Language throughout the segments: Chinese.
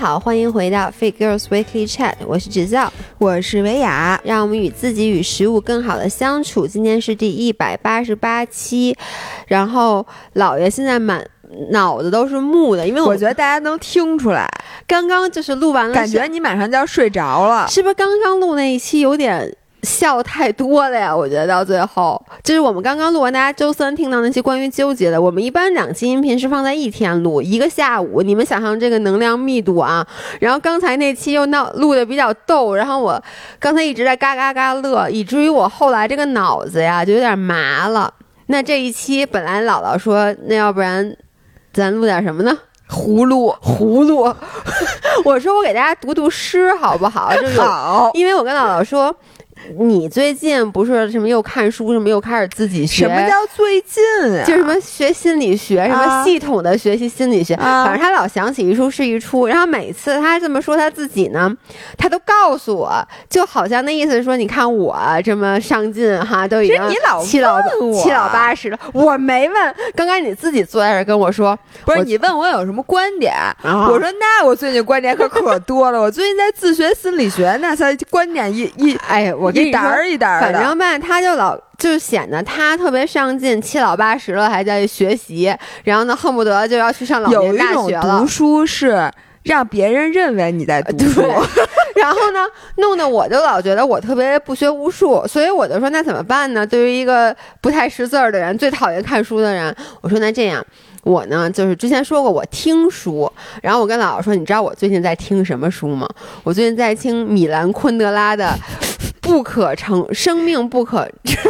好，欢迎回到 Fit Girls Weekly Chat， 我是芷笑， 我是维雅， 让我们与自己与食物更好的相处。今天是第188期，然后姥爷现在满脑子都是木的，因为我觉得大家能听出来， 刚刚就是录完了， 感觉你马上就要睡着了， 是不是？刚刚录那一期有点笑太多了呀，我觉得到最后就是我们刚刚录完，大家周三听到那些关于纠结的，我们一般2期音频是放在一天录，一个下午，你们想象这个能量密度啊。然后刚才那期又录的比较逗，然后我刚才一直在嘎嘎嘎乐，以至于我后来这个脑子呀就有点麻了。那这一期本来姥姥说，那要不然咱录点什么呢？ 葫芦我说我给大家读诗好不好？ 好， 因为我跟姥姥说，你最近不是什么又看书，什么又开始自己学？ 什么叫最近啊？ 就什么学心理学，什么系统的学习心理学，反正他老想起一出是一出。然后每次他这么说他自己呢，他都告诉我，就好像那意思说，你看我这么上进哈，都已经七老八十了。我没问，刚刚你自己坐在这跟我说， 不是你问我有什么观点，我说那我最近观点可多了，我最近在自学心理学，那才观点我一点儿一点儿的， 反正吧，他就显得他特别上进，七老八十了还在学习，然后呢，恨不得就要去上老年大学了。 有一种读书是让别人认为你在读书， 然后呢，弄得我就老觉得我特别不学无术，所以我就说那怎么办呢？对于一个不太识字的人，最讨厌看书的人，我说那这样。我呢，就是之前说过我听书，然后我跟姥姥说，你知道我最近在听什么书吗？我最近在听米兰昆德拉的生命不可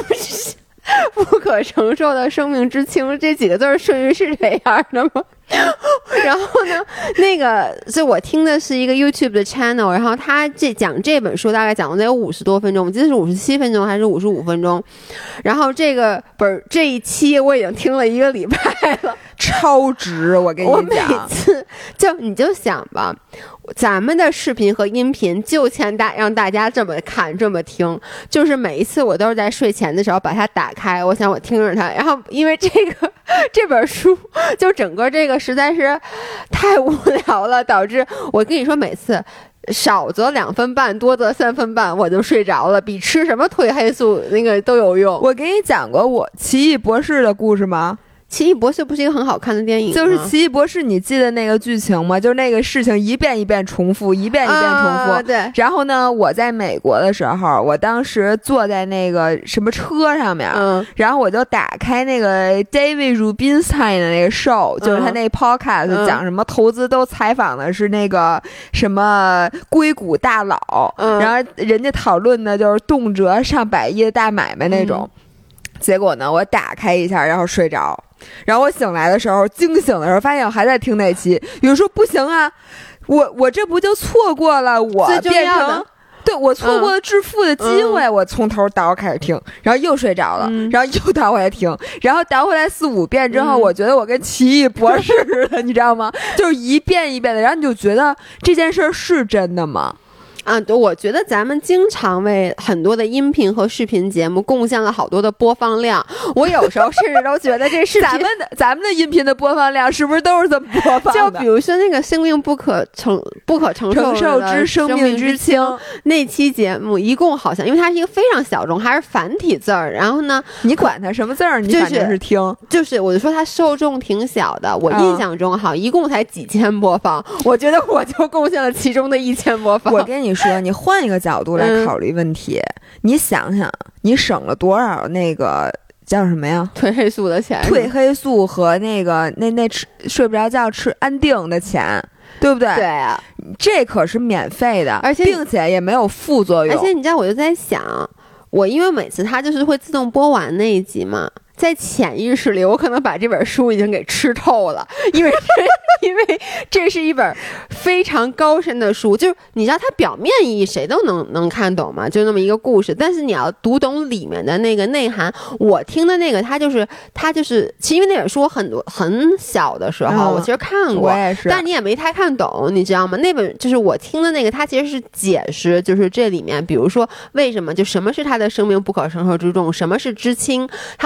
承受的生命之轻，这几个字顺序是这样的吗？然后呢，那个就我听的是一个 YouTube 的 channel， 然后他讲这本书大概讲了得有50多分钟，我记得是57分钟还是55分钟。然后这一期我已经听了1个礼拜了， 超值！我跟你讲， 我每次你就想吧，咱们的视频和音频就欠让大家这么看这么听，就是每一次我都是在睡前的时候把它打开，我想我听着它，然后因为这本书就整个这个实在是太无聊了，导致我跟你说每次少则2分半，多则3分半，我就睡着了，比吃什么褪黑素那个都有用。 我给你讲过我奇异博士的故事吗？ 奇异博士不是一个很好看的电影吗？ 就是奇异博士，你记得那个剧情吗？就是那个事情一遍一遍重复，一遍一遍重复。 对。 然后呢，我在美国的时候，我当时坐在那个什么车上面，然后我就打开那个 David Rubinstein 的那个 show，就是他那 podcast 讲什么投资，都采访的是那个什么硅谷大佬，然后人家讨论的就是动辄上100亿的大买卖那种。结果呢，我打开一下，然后睡着。然后我醒来的时候，惊醒的时候，发现我还在听那期。有人说不行啊，我这不就错过了我变成对我错过了致富的机会，我从头倒开始听，然后又睡着了，然后又倒回来听，然后倒回来4、5遍之后，我觉得我跟奇异博士似的，你知道吗？就是一遍一遍的，然后你就觉得这件事是真的吗？ 我觉得咱们经常为很多的音频和视频节目贡献了好多的播放量，我有时候甚至都觉得这视频咱们的音频的播放量是不是都是这么播放的？ 就比如说那个生命不可承受之生命之轻那期节目，一共好像因为它是一个非常小众，还是繁体字儿，然后呢， 你管它什么字儿，你反正是听， 就是我就说它受众挺小的，我印象中一共才几千播放，我觉得我就贡献了其中的1000播放。 我跟你说，你换一个角度来考虑问题，你想想，你省了多少那个叫什么呀？ 褪黑素的钱， 褪黑素和那个那睡不着觉吃安定的钱，对不对？ 对啊， 这可是免费的， 而且并且也没有副作用。 而且你知道，我就在想，我因为每次它就是会自动播完那一集嘛。在潜意识里，我可能把这本书已经给吃透了，因为这是一本非常高深的书，就是你知道它表面意义谁都能看懂嘛，就那么一个故事，但是你要读懂里面的那个内涵。我听的那个，它就是其实因为那本书我很小的时候，我其实看过， 我也是， 但你也没太看懂，你知道吗？那本就是我听的那个，它其实是解释，就是这里面，比如说为什么就什么是他的生命不可承受之重，什么是知轻，他会去解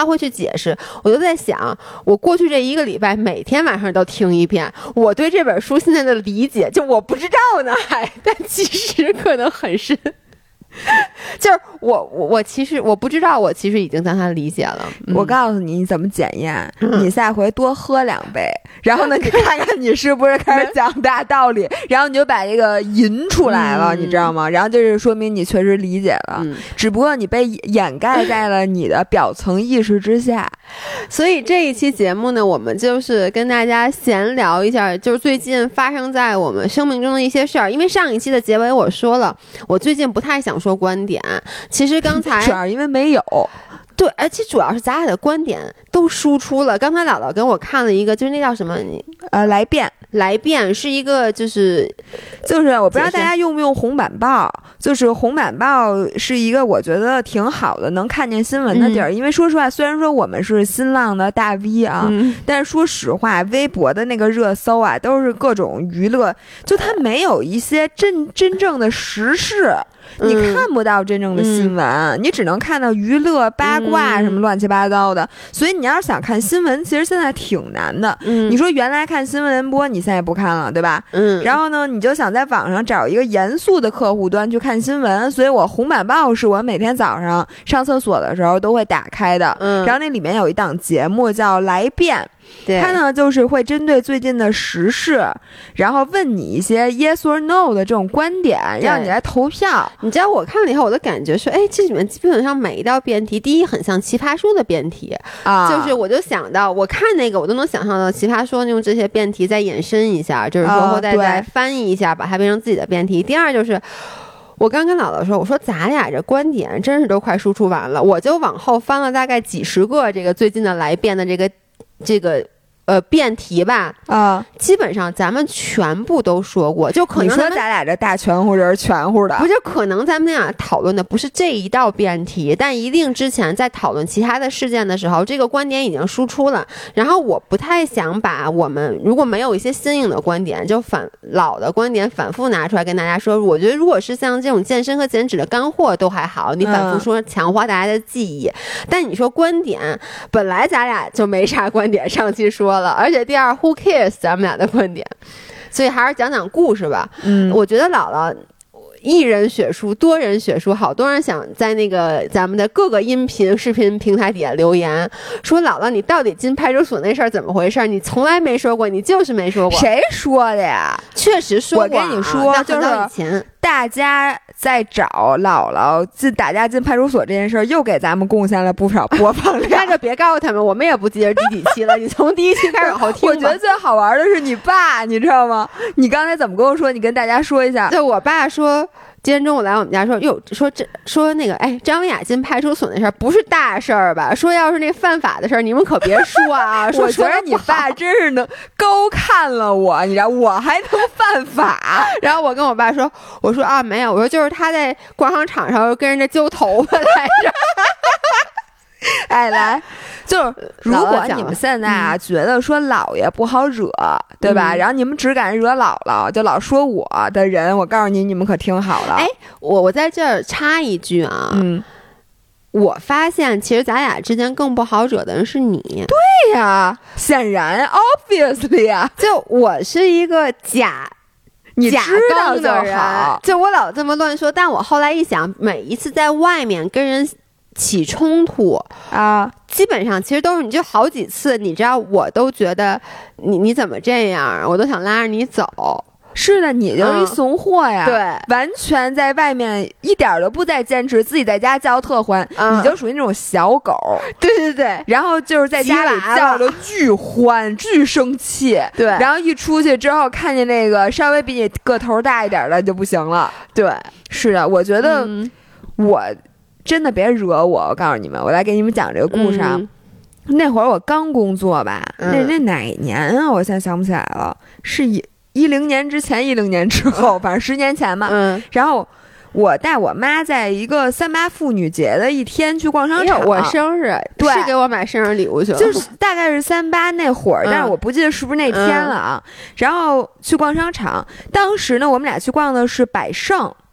解释，我就在想，我过去这1个礼拜每天晚上都听一遍，我对这本书现在的理解，就我不知道呢，但其实可能很深。就是我其实我不知道，我其实已经将它理解了。 我告诉你怎么检验，你下回多喝2杯，然后呢，你看看你是不是开始讲大道理，然后你就把这个吟出来了，你知道吗？然后就是说明你确实理解了，只不过你被掩盖在了你的表层意识之下。 所以这一期节目呢，我们就是跟大家闲聊一下，就是最近发生在我们生命中的一些事儿。因为上一期的结尾我说了，我最近不太想说观点，其实刚才主要因为没有。 对，而且主要是咱俩的观点都输出了。刚才姥姥跟我看了一个，就是那叫什么？来辩是一个，就是我不知道大家用不用红板报，就是红板报是一个我觉得挺好的，能看见新闻的地儿。因为说实话，虽然说我们是新浪的大 V 啊，但是说实话，微博的那个热搜啊，都是各种娱乐，就它没有一些真正的时事。你看不到真正的新闻，你只能看到娱乐八卦什么乱七八糟的，所以你要是想看新闻，其实现在挺难的。你说原来看新闻联播，你现在不看了，对吧？然后呢，你就想在网上找一个严肃的客户端去看新闻，所以我红板报是我每天早上上厕所的时候都会打开的。然后那里面有一档节目叫来辩。他呢就是会针对最近的时事，然后问你一些 yes or no 的这种观点，让你来投票。 你知道我看了以后，我的感觉是，这里面基本上每一道辩题，第一很像奇葩说的辩题啊，就是我就想到，我看那个我都能想象到奇葩说用这些辩题再延伸一下，就是说或再翻译一下，把它变成自己的辩题。第二就是。我刚跟姥姥说，我说咱俩这观点真是都快输出完了，我就往后翻了大概几10个这个最近的来辩的这个辩题吧，基本上咱们全部都说过，就可能你说咱俩这大全乎人全乎的， 不是可能咱们俩讨论的不是这一道辩题，但一定之前在讨论其他的事件的时候，这个观点已经输出了。然后我不太想把我们如果没有一些新颖的观点，就老的观点反复拿出来跟大家说。我觉得如果是像这种健身和减脂的干货都还好，你反复说强化大家的记忆。但你说观点，本来咱俩就没啥观点，上期说。而且第二 who cares 咱们俩的观点，所以还是讲讲故事吧。我觉得姥姥一人血书多人血书，好多人想在那个咱们的各个音频视频平台底下留言说，姥姥你到底进派出所那事儿怎么回事？你从来没说过，你就是没说过。 谁说的呀？ 确实说过。 我跟你说，就是以前大家在找姥姥打架进派出所这件事儿，又给咱们贡献了不少播放量。 那就别告诉他们，我们也不记得第几期了。你从第1期开始往后听。 我觉得最好玩的是你爸，你知道吗？你刚才怎么跟我说？你跟大家说一下。 就我爸说。今天中午来我们家说，说那个，张雅进派出所那事儿不是大事儿吧？说要是那犯法的事儿，你们可别说啊！ 我觉得你爸真是能高看了我，你知道我还能犯法。 然后我跟我爸说，我说啊没有，我说就是他在广场场上跟人家揪头发来着。 哎，来，就是如果你们现在啊觉得说姥爷不好惹，对吧？然后你们只敢惹姥姥，就老说我的人，我告诉你，你们可听好了。 我在这儿插一句啊，我发现其实咱俩之间更不好惹的人是你。 对呀，显然 obviously 啊， 就我是一个你知道的人，就我老这么乱说，但我后来一想，每一次在外面跟人起冲突啊， 基本上其实都是你就好几次，你知道我都觉得你怎么这样，我都想拉着你走。 是的，你就是一怂货呀！ 对， 完全在外面一点都不再坚持，自己在家叫特欢，你就属于那种小狗。 对对对， 然后就是在家里叫的巨欢、巨生气。 对， 然后一出去之后，看见那个稍微比你个头大一点的就不行了。 对， 是的，我觉得我真的别惹我告诉你们，我来给你们讲这个故事啊。那会儿我刚工作吧，那哪年啊？我现在想不起来了，是10年之前，10年之后，反正10年前嘛。然后我带我妈在一个3·8妇女节的一天去逛商场。 我生日， 对， 是给我买生日礼物去了， 就是大概是3·8那会儿，但是我不记得是不是那天了啊。然后去逛商场，当时呢，我们俩去逛的是百盛。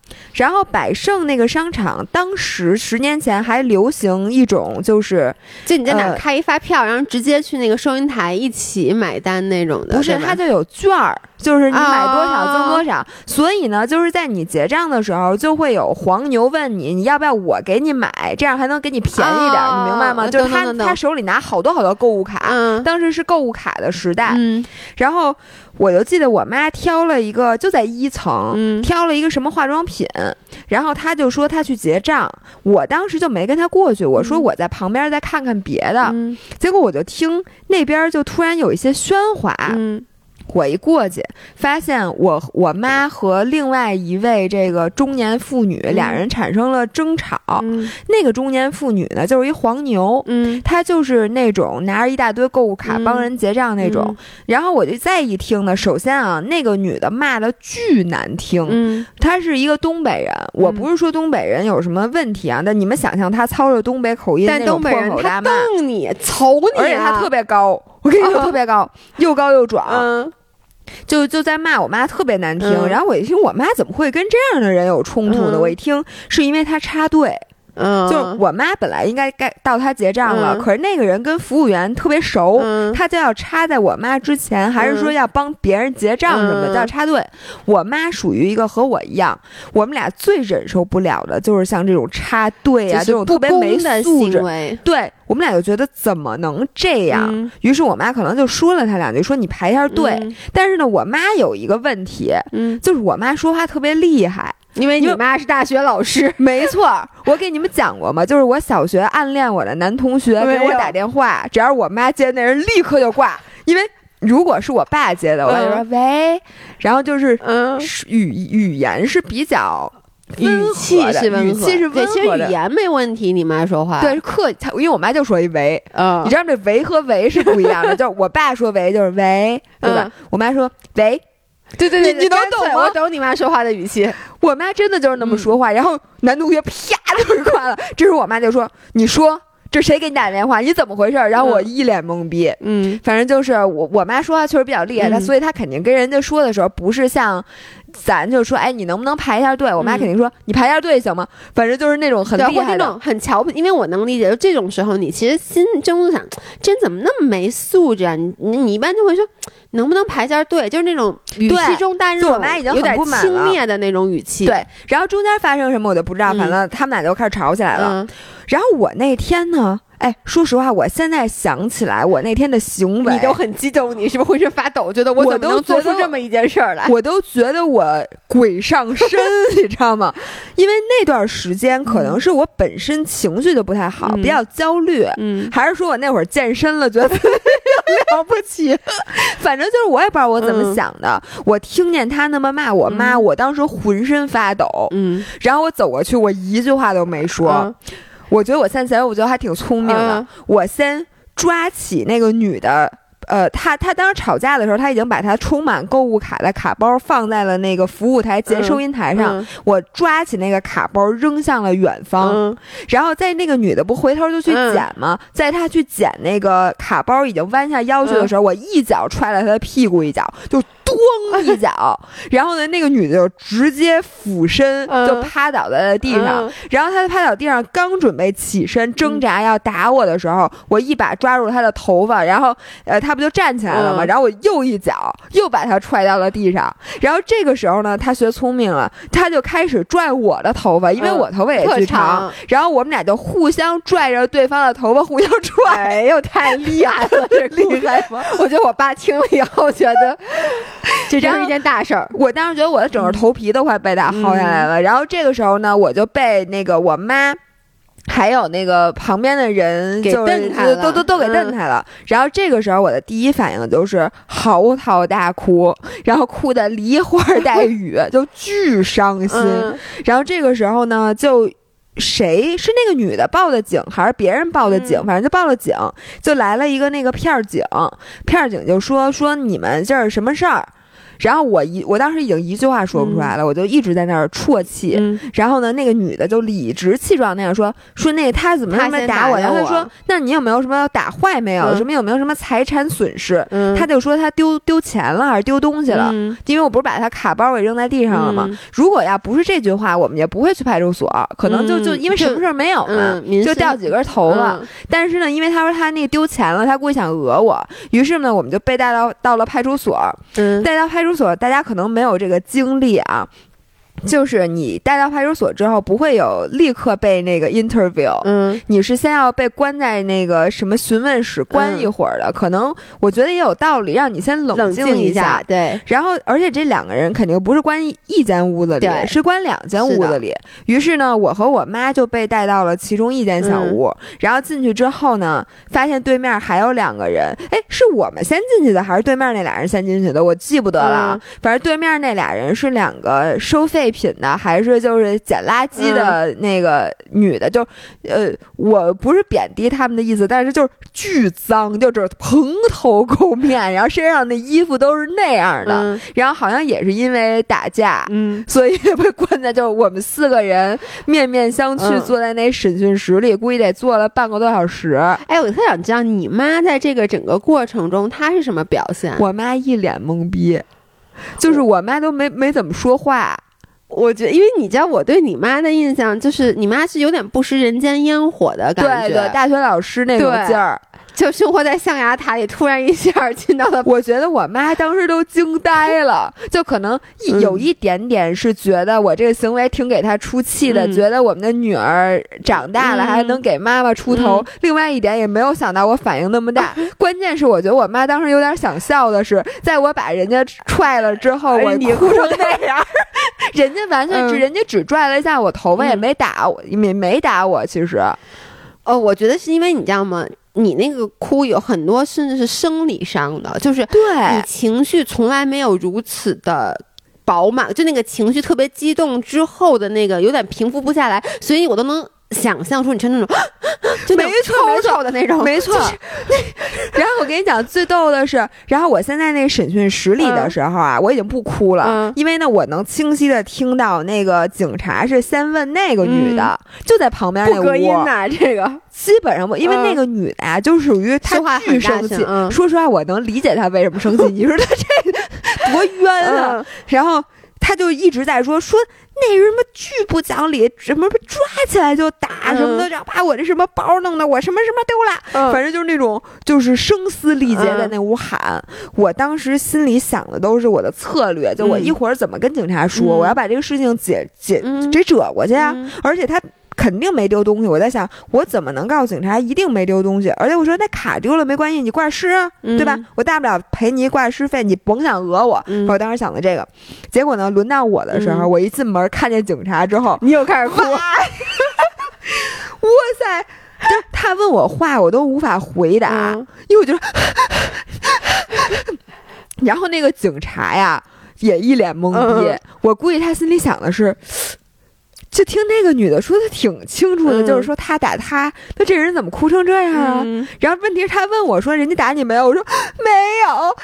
然后百盛那个商场当时10年前还流行一种就你在哪开一发票，然后直接去那个收银台一起买单那种的。 不是，它就有券儿，就是你买多少赠多少。所以呢，就是在你结账的时候，就会有黄牛问你要不要我给你买，这样还能给你便宜点，你明白吗？就是他手里拿好多好多购物卡，当时是购物卡的时代。然后我就记得我妈挑了一个，就在1层，挑了一个什么化妆品，然后她就说她去结账，我当时就没跟她过去，我说我在旁边再看看别的，结果我就听那边就突然有一些喧哗，我一过去，发现我妈和另外一位这个中年妇女俩人产生了争吵。那个中年妇女呢，就是一黄牛，她就是那种拿着一大堆购物卡帮人结账那种。然后我就再一听呢，首先啊，那个女的骂的巨难听，她是一个东北人，我不是说东北人有什么问题啊，但你们想象她操着东北口音那种破口大骂， 但东北人他瞪你，瞅你， 而且她特别高。我跟你说特别高，又高又壮，就在骂我妈特别难听。然后我一听，我妈怎么会跟这样的人有冲突呢？我一听是因为她插队。就是我妈本来应该到她结账了，可是那个人跟服务员特别熟，他就要插在我妈之前，还是说要帮别人结账什么的，叫插队。我妈属于一个和我一样，我们俩最忍受不了的就是像这种插队啊，这种特别没素质。对，我们俩就觉得怎么能这样？于是我妈可能就说了他2句，说你排一下队。但是呢，我妈有一个问题，就是我妈说话特别厉害。 因为你妈是大学老师， 没错，我给你们讲过嘛，就是我小学暗恋我的男同学给我打电话，只要我妈接那人立刻就挂，因为如果是我爸接的，我爸就说喂，然后就是语言是比较语气是温和， 其实语言没问题，你妈说话对是客气，因为我妈就说一喂，你知道这喂和喂是不一样的，就是我爸说喂就是喂，对吧？我妈说喂。 对， 你能懂吗？ 我懂你妈说话的语气。 我妈真的就是那么说话，然后男同学啪就是挂了。这时候我妈就说：“你说这谁给你打电话？你怎么回事？”然后我一脸懵逼。反正就是我妈说话确实比较厉害，所以她肯定跟人家说的时候不是像咱就说，哎，你能不能排一下队？我妈肯定说你排一下队行吗？反正就是那种很厉害的， 那种很瞧不起。因为我能理解，就这种时候你其实心中想，这人怎么那么没素质啊？你一般就会说。能不能排下队？就是那种语气中带着我妈已经有点轻蔑的那种语气。 对，然后中间发生什么我就不知道，反正他们俩就开始吵起来了。然后我那天呢，哎，说实话，我现在想起来我那天的行为， 你都很激动，你是不是浑身发抖？觉得我怎么能做出这么一件事儿来？ 我都觉得我鬼上身，你知道吗？因为那段时间可能是我本身情绪就不太好，比较焦虑，还是说我那会儿健身了，觉得了不起，反正就是我也不知道我怎么想的。我听见他那么骂我妈，我当时浑身发抖，然后我走过去，我一句话都没说。我觉得我现在我觉得还挺聪明的，我先抓起那个女的。他当时吵架的时候，他已经把他充满购物卡的卡包放在了那个服务台结收银台上。我抓起那个卡包扔向了远方，然后在那个女的不回头就去捡吗？在他去捡那个卡包已经弯下腰去的时候，我一脚踹了他的屁股一脚，就咣一脚，然后呢，那个女的就直接俯身就趴倒在了地上。然后她趴倒地上，刚准备起身挣扎要打我的时候，我一把抓住她的头发，然后她不就站起来了吗？然后我又一脚又把她踹到了地上。然后这个时候呢，她学聪明了，她就开始拽我的头发，因为我头发也巨长。然后我们俩就互相拽着对方的头发，互相拽。 哎呦，太厉害了，这厉害吗？我觉得我爸听了以后觉得。这真是一件大事儿， 我当时觉得我的整个头皮都快被他薅下来了。然后这个时候呢，我就被那个我妈还有那个旁边的人给瞪开了， 都给瞪开了。然后这个时候我的第一反应就是嚎啕大哭，然后哭得梨花带雨，就巨伤心。然后这个时候呢，就谁是那个女的报的警还是别人报的警，反正就报了警，就来了一个那个片警就说你们这是什么事儿。 然后我当时已经一句话说不出来了，我就一直在那儿啜泣。然后呢，那个女的就理直气壮那样说那个他怎么那么打我？然后他说那你有没有什么打坏没有？什么有没有什么财产损失？他就说他丢钱了还是丢东西了？因为我不是把他卡包给扔在地上了吗？如果要不是这句话，我们也不会去派出所，可能就因为什么事儿没有嘛，就掉几根头发。但是呢，因为他说他那丢钱了，他故意想讹我，于是呢，我们就被带到了派出所。带到派出所，大家可能没有这个经历啊。就是你带到派出所之后，不会有立刻被那个 interview，你是先要被关在那个什么询问室关一会儿的，可能我觉得也有道理，让你先冷静一下， 对。 然后，而且这两个人肯定不是关一间屋子里，是关2间屋子里。于是呢，我和我妈就被带到了其中一间小屋，然后进去之后呢，发现对面还有2个人，是我们先进去的，还是对面那俩人先进去的？我记不得了，反正对面那俩人是2个收废品的，还是就是捡垃圾的那个女的，就我不是贬低他们的意思，但是就是巨脏，就是蓬头垢面，然后身上的衣服都是那样的，然后好像也是因为打架，所以被关在就是我们4个人面面相觑，坐在那审讯室里，估计得坐了半个多小时。 我特想知道你妈在这个整个过程中她是什么表现？ 我妈一脸懵逼，就是我妈都没怎么说话。 我觉得，因为你知道我对你妈的印象就是你妈是有点不食人间烟火的感觉， 对，大学老师那种劲儿， 就生活在象牙塔里，突然一下进到了。 我觉得我妈当时都惊呆了，就可能有一点点是觉得我这个行为挺给她出气的，觉得我们的女儿长大了还能给妈妈出头。另外一点也没有想到我反应那么大，关键是我觉得我妈当时有点想笑的是，在我把人家踹了之后，我哭成那样。人家完全人家只拽了一下我头发，也没打我，没打我。其实， 我觉得是因为你知道吗？你那个哭有很多甚至是生理上的，就是对你情绪从来没有如此的饱满，就那个情绪特别激动之后的那个有点平复不下来，所以我都能想象出你是那种就那种抽抽的那种， 没错。然后我跟你讲，最逗的是，然后我现在那审讯室里的时候啊，我已经不哭了，因为呢，我能清晰的听到那个警察是先问那个女的，就在旁边那屋。 不隔音呐，这个基本上因为那个女的呀，就属于她巨生气。说实话，我能理解她为什么生气。你说她这多冤啊！然后她就一直在说。那什么巨不讲理，什么抓起来就打，什么的，要把我这什么包弄的，我什么什么丢了，反正就是那种就是声嘶力竭在那屋喊。我当时心里想的都是我的策略，就我一会儿怎么跟警察说，我要把这个事情解折过去啊，而且他肯定没丢东西。我在想，我怎么能告诉警察一定没丢东西？而且我说那卡丢了没关系，你挂失啊，对吧？我大不了赔你一挂失费，你甭想讹我。我当时想的这个，结果呢，轮到我的时候，我一进门看见警察之后， 你又开始哭。哇塞！就他问我话，我都无法回答，因为我就然后那个警察呀，也一脸懵逼。我估计他心里想的是。就听那个女的说的挺清楚的，就是说他打他，那这人怎么哭成这样啊？然后问题是他问我说：“人家打你没有？”我说：“没有。”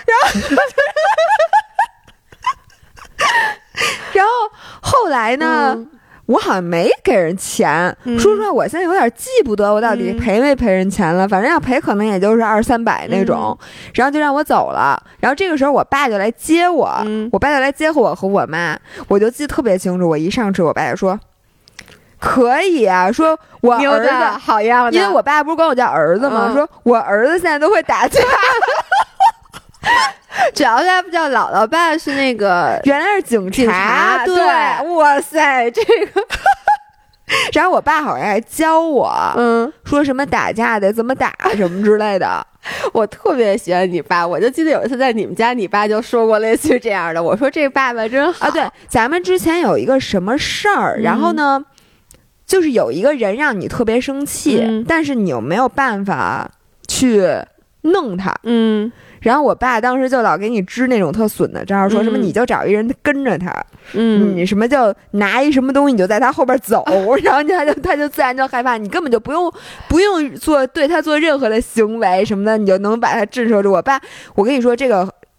然后后来呢，我好像没给人钱。说实话，我现在有点记不得我到底赔没赔人钱了。反正要赔，可能也就是200-300那种。然后就让我走了。然后这个时候，我爸就来接我。我爸就来接我和我妈，我就记得特别清楚。我一上车，我爸就说。可以啊，说我儿子好样的， 因为我爸不是管我叫儿子吗？说我儿子现在都会打架。 主要他不叫姥姥爸是那个原来是警察， 对，哇塞，这个。 然后我爸好像还教我，说什么打架的怎么打什么之类的。 我特别喜欢你爸，我就记得有一次在你们家，你爸就说过类似这样的。我说这爸爸真好啊！ 对，咱们之前有一个什么事儿，然后呢？就是有一个人让你特别生气，但是你又没有办法去弄他，然后我爸当时就老给你支那种特损的招，说什么你就找一人跟着他，你什么就拿一什么东西你就在他后边走，然后他就自然就害怕，你根本就不用对他做任何的行为什么的，你就能把他震慑住。我爸，我跟你说这个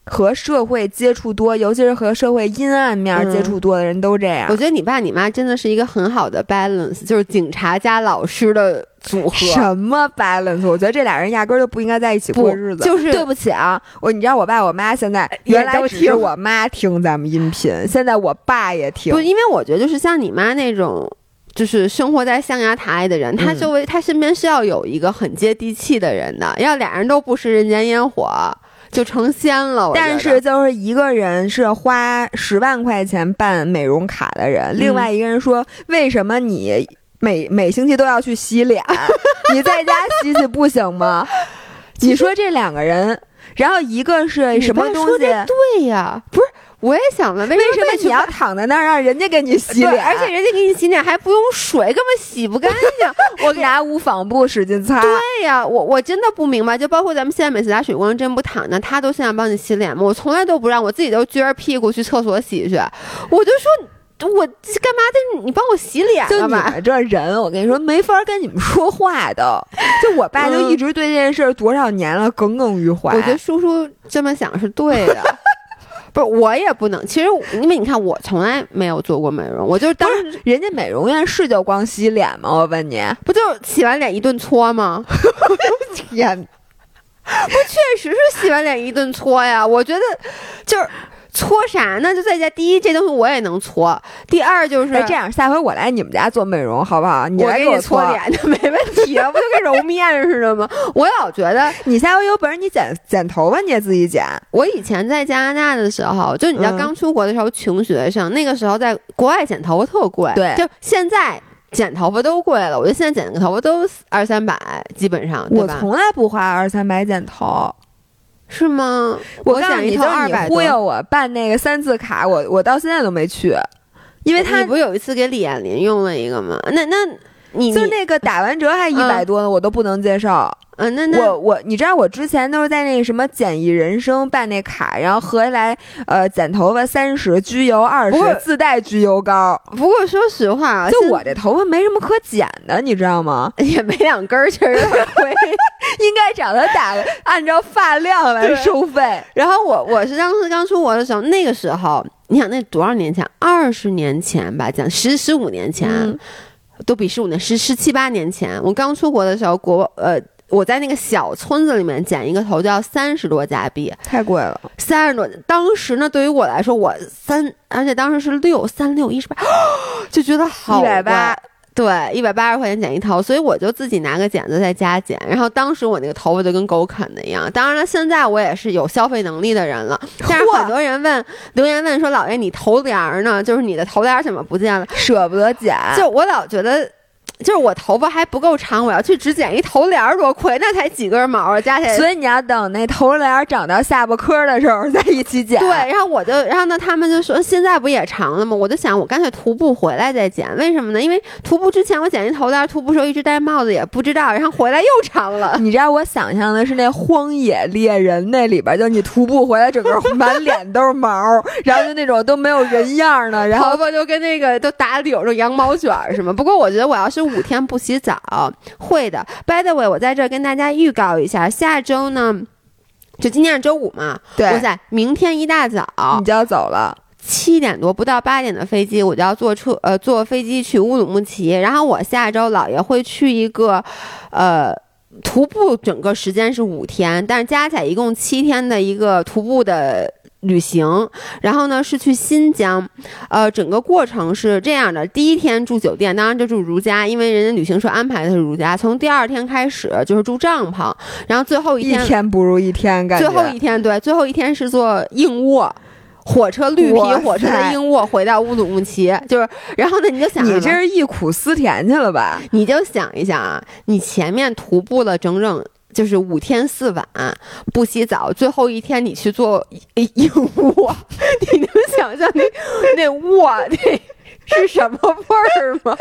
和社会接触多，尤其是和社会阴暗面接触多的人都这样。 我觉得你爸你妈真的是一个很好的 balance， 就是警察加老师的组合。 什么 balance？ 我觉得这俩人压根儿就不应该在一起过日子。 就是对不起啊，你知道我爸我妈现在原来只是我妈听咱们音频，现在我爸也听。 不，因为我觉得就是像你妈那种。就是生活在象牙塔里的人，他周围他身边是要有一个很接地气的人的，要俩人都不食人间烟火就成仙了。 但是就是一个人是花10万块钱办美容卡的人，另外一个人说为什么你每星期都要去洗脸，你在家洗洗不行吗？你说这两个人，然后一个是什么东西？ 对呀，不是。我也想了，为什么你要躺在那儿让人家给你洗脸？ 而且人家给你洗脸还不用水，根本洗不干净。 我拿无纺布使劲擦。 对呀，我真的不明白。就包括咱们现在每次打水光针不躺着，他都现在帮你洗脸吗？我从来都不让，我自己都撅着屁股去厕所洗去。我就说，我干嘛的？你帮我洗脸干嘛？就你们这人，我跟你说没法跟你们说话的。就我爸就一直对这件事多少年了耿耿于怀。 我觉得叔叔这么想是对的。不是，我也不能。其实，因为你看，我从来没有做过美容，我就当人家美容院是就光洗脸吗？我问你， 不就是洗完脸一顿搓吗？ 天， 不确实是洗完脸一顿搓呀。我觉得就是。搓啥呢？就在家，第一这东西我也能搓，第二就是这样，下回我来你们家做美容好不好？你来给我搓脸的没问题啊，不就跟揉面似的吗？我老觉得你下回有本事你剪头发你也自己剪。 我以前在加拿大的时候，就你知道刚出国的时候，穷学生，那个时候在国外剪头发特贵， 对， 就现在剪头发都贵了，我觉得现在剪个头发都200-300，基本上，对吧？ 我从来不花200-300剪头。 是吗？ 我告诉你，就是你忽悠我办那个3次卡，我到现在都没去，因为你不有一次给李艳琳用了一个吗？那你就那个打完折还100多呢，我都不能接受。你知道我之前都是在那个什么简易人生办那卡，然后合下来剪头发30，焗油20，自带焗油膏。 不过说实话， 就我这头发没什么可剪的，你知道吗？ 也没2根，确实很贵。 应该找他按照发量来收费。 然后我是当时刚出国的时候，那个时候你想那多少年前？20年前吧，讲15年前。都比15年17、18年前，我刚出国的时候，我在那个小村子里面剪一个头就要30多加币， 太贵了 ，30多。当时呢，对于我来说，而且当时是36，118，就觉得好 180。 对，180块钱剪一头，所以我就自己拿个剪子在家剪。然后当时我那个头发就跟狗啃的一样。当然了，现在我也是有消费能力的人了。但是很多人留言问说：“老爷，你头帘呢？就是你的头帘怎么不见了？ 舍不得剪。” 就我老觉得。就是我头发还不够长，我要去只剪一头帘多亏，那才几根毛加起来。 所以你要等那头帘长到下巴颏的时候再一起剪。 对，然后呢，他们就说现在不也长了吗？我就想我干脆徒步回来再剪，为什么呢？因为徒步之前我剪一头帘，徒步时候一直戴帽子也不知道，然后回来又长了。 你知道我想象的是那荒野猎人那里边，就你徒步回来整个满脸都是毛，然后就那种都没有人样的，然后头发就跟那个都打绺着羊毛卷什么。不过我觉得我要是5天不洗澡会的。 By the way， 我在这儿跟大家预告一下，下周呢就今天是周5嘛， 对， 我在明天一大早你就要走了 ，7点多不到8点的飞机，我就要坐飞机去乌鲁木齐。然后我下周姥爷会去一个徒步，整个时间是5天，但是加起来一共7天的一个徒步的旅行。然后呢是去新疆，整个过程是这样的：第1天住酒店，当然就住如家，因为人家旅行社安排的是如家。从第2天开始就是住帐篷，然后最后一天不如一天，感觉最后一天是坐硬卧。火车绿皮火车的硬卧回到乌鲁木齐，就是然后呢你就想你这是忆苦思甜去了吧？ 你就想一想啊，你前面徒步了整整就是5天4晚不洗澡，最后一天你去做硬卧，你能想象那卧那是什么味儿吗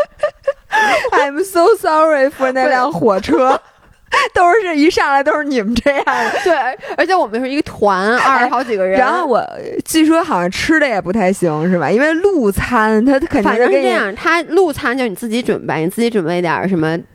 ？I'm so sorry for 那辆火车。都是一上来都是你们这样的， 对，而且我们是一个团，20好几个人。 然后我据说好像吃的也不太行，是吧？因为路餐它肯定反正是这样，它路餐就是你自己准备，你自己准备点什么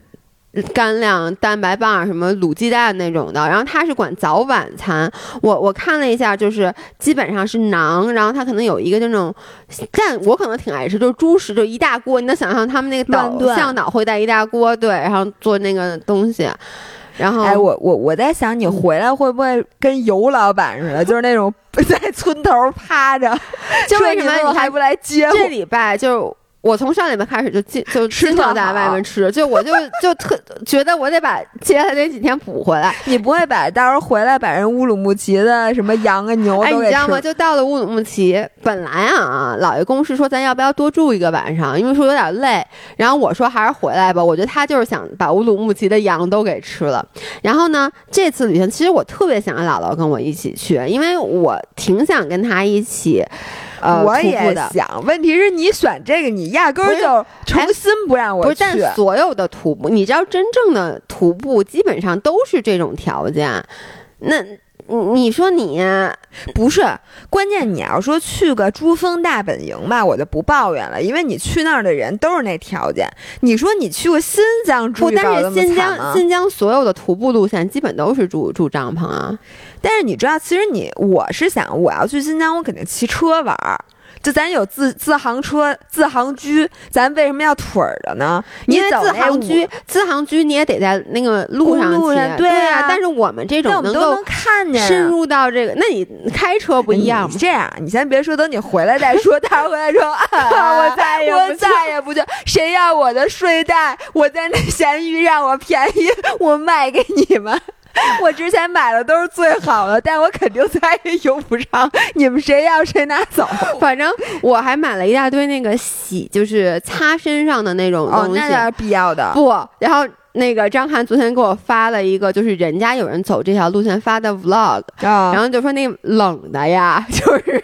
干粮、蛋白棒什么卤鸡蛋那种的，然后他是管早晚餐。我看了一下，就是基本上是馕，然后他可能有一个这种，但我可能挺爱吃，就是猪食，就一大锅。你能想象他们那个向导会带一大锅，对，然后做那个东西。然后， 我在想，你回来会不会跟尤老板似的，就是那种在村头趴着， 就为什么你还不来接我？ 这礼拜就。我从上礼拜开始就经常在外面吃，就我就特觉得我得把接下来那几天补回来。 你不会把到时候回来把人乌鲁木齐的什么羊啊牛都给吃？ 你知道吗？就到了乌鲁木齐，本来啊，姥爷公是说咱要不要多住一个晚上，因为说有点累。然后我说还是回来吧，我觉得他就是想把乌鲁木齐的羊都给吃了。然后呢，这次旅行其实我特别想让姥姥跟我一起去，因为我挺想跟他一起。 我也想，问题是你选这个，你压根儿就诚心不让我去。 不是，但所有的徒步，你知道，真正的徒步基本上都是这种条件。那你说你不是关键，你要说去个珠峰大本营吧，我就不抱怨了，因为你去那儿的人都是那条件。你说你去过新疆， 但是新疆所有的徒步路线基本都是住帐篷啊。 但是你知道，其实我是想，我要去新疆，我肯定骑车玩儿。就咱有自行车、自行车，咱为什么要腿儿的呢？ 因为自行车你也得在那个路上骑， 对啊。但是我们这种能够看见深入到这个，那你开车不一样吗？ 这样，你先别说，等你回来再说。他回来说我再也不去，谁要我的睡袋？我在那闲鱼让我便宜，我卖给你们。我之前买的都是最好的，但我肯定再也用不上。你们谁要谁拿走。 反正我还买了一大堆那个就是擦身上的那种东西， 那是必要的。 不，然后那个张翰昨天给我发了一个，就是人家有人走这条路线发的 vlog，然后就说那冷的呀，就是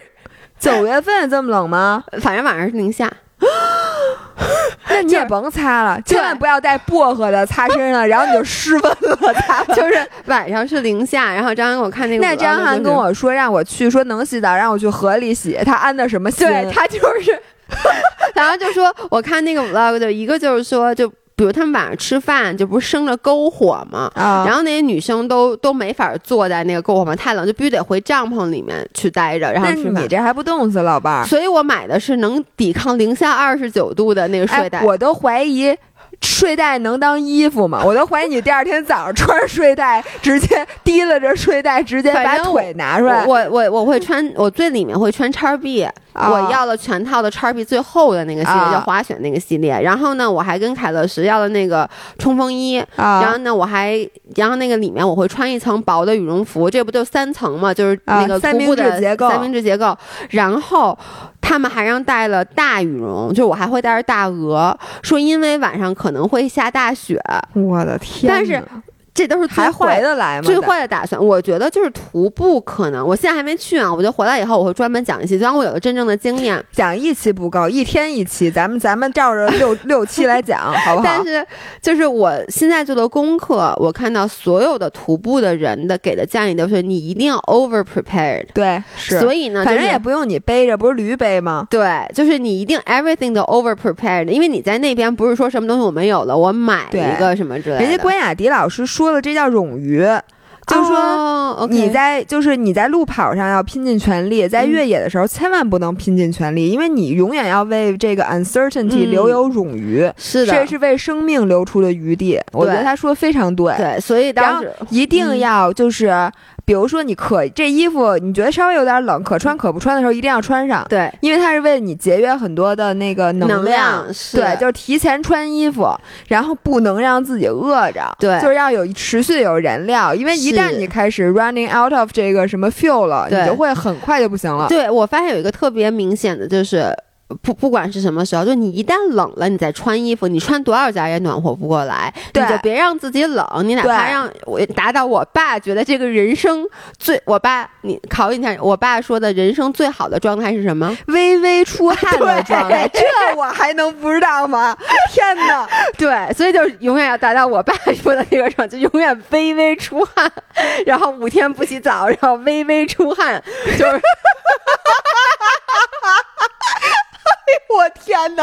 9月份这么冷吗？ 反正晚上是零下。 那你也甭擦了，千万不要带薄荷的擦身上，然后你就失温了。 就是晚上是零下，然后张翰给我看那个， 那张翰跟我说让我去，说能洗澡，让我去河里洗，他安的什么心？ 对，他就是，然后就说我看那个 vlog， 就一个就是说就。比如他们晚上吃饭，就不是生着篝火嘛，然后那些女生都没法坐在那个篝火嘛，太冷，就必须得回帐篷里面去待着，然后吃饭。 那你这还不冻死老伴儿？ 所以我买的是能抵抗零下29度的那个睡袋。 我都怀疑睡袋能当衣服吗？我都怀疑你第二天早上穿睡袋，直接提了着睡袋，直接把腿拿出来。 我会穿，我最里面会穿XB。我要了全套的XB最厚的那个系列，叫滑雪那个系列。然后呢，我还跟凯乐石要了那个冲锋衣。然后呢，然后那个里面我会穿一层薄的羽绒服，这不就3层嘛，就是那个徒步的三明治结构。然后他们还让带了大羽绒，就我还会带着大鹅，说因为晚上可能会下大雪。 我的天！ 但是。这都是还回得来吗？ 最坏的打算，我觉得就是徒步可能，我现在还没去啊。我觉得回来以后我会专门讲一期，就让我有了真正的经验。 讲一期不够，一天一期，咱们照着六期来讲，好不好？ 但是就是我现在做的功课，我看到所有的徒步的人的给的建议都是你一定要 over prepared。 对，是。 所以呢， 反正也不用你背着，不是驴背吗？ 对，就是你一定 everything 都 over prepared， 因为你在那边不是说什么东西我没有了，我买一个什么之类的。 人家关雅迪老师说了，这叫冗余。就是说你在路跑上要拼尽全力，在越野的时候千万不能拼尽全力，因为你永远要为这个 uncertainty 留有冗余。 是的， 这是为生命留出的余地。我觉得他说的非常对。 对，所以当时一定要就是比如说你这衣服你觉得稍微有点冷，可穿可不穿的时候一定要穿上。 对， 因为它是为了你节约很多的那个能量。对，就是提前穿衣服，然后不能让自己饿着。 对， 就是要持续有燃料，因为一旦你开始 running out of 这个什么 fuel 了，你就会很快就不行了。 对，我发现有一个特别明显的就是。不管是什么时候，就你一旦冷了，你再穿衣服，你穿多少件也暖和不过来。你就别让自己冷，你哪怕让我达到我爸觉得这个人生你考虑一下，我爸说的人生最好的状态是什么？ 微微出汗的状态。这我还能不知道吗？天哪！ 对，所以就永远要达到我爸说的那个状态，就永远微微出汗，然后5天不洗澡，然后微微出汗，就是。 我天哪！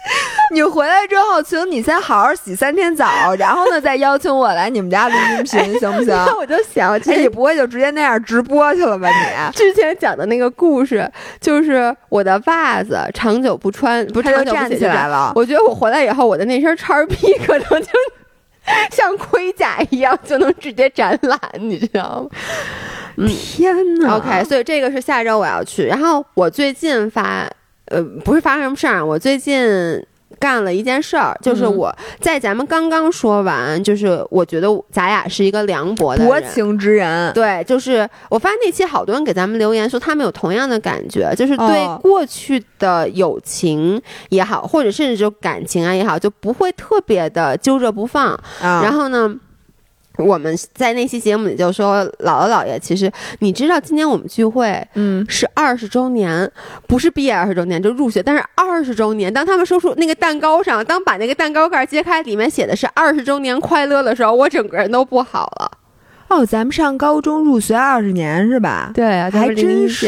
你回来之后，请你先好好洗3天澡，然后呢再邀请我来你们家录音频，行不行？ 我就想， 你不会就直接那样直播去了吧你？ 之前讲的那个故事，就是我的袜子长久不穿，不是长久不站起来了。 我觉得我回来以后，我的那身XP可能就像盔甲一样，就能直接展览，你知道吗？天哪 ！OK， 所以这个是下周我要去。然后我最近不是发生什么事儿，我最近干了一件事儿，就是我在咱们刚刚说完，就是我觉得咱俩是一个凉薄的人， 薄情之人。 对，就是我发现那期好多人给咱们留言说他们有同样的感觉，就是对过去的友情也好，或者甚至就感情啊也好，就不会特别的揪着不放。然后呢，我们在那期节目里就说，姥姥姥爷，其实你知道今年我们聚会是20周年，不是毕业20周年，就入学，但是20周年。当他们说出那个蛋糕上，当把那个蛋糕盖揭开，里面写的是20周年快乐的时候，我整个人都不好了。 哦，咱们上高中入学20年是吧？ 对啊， 还真是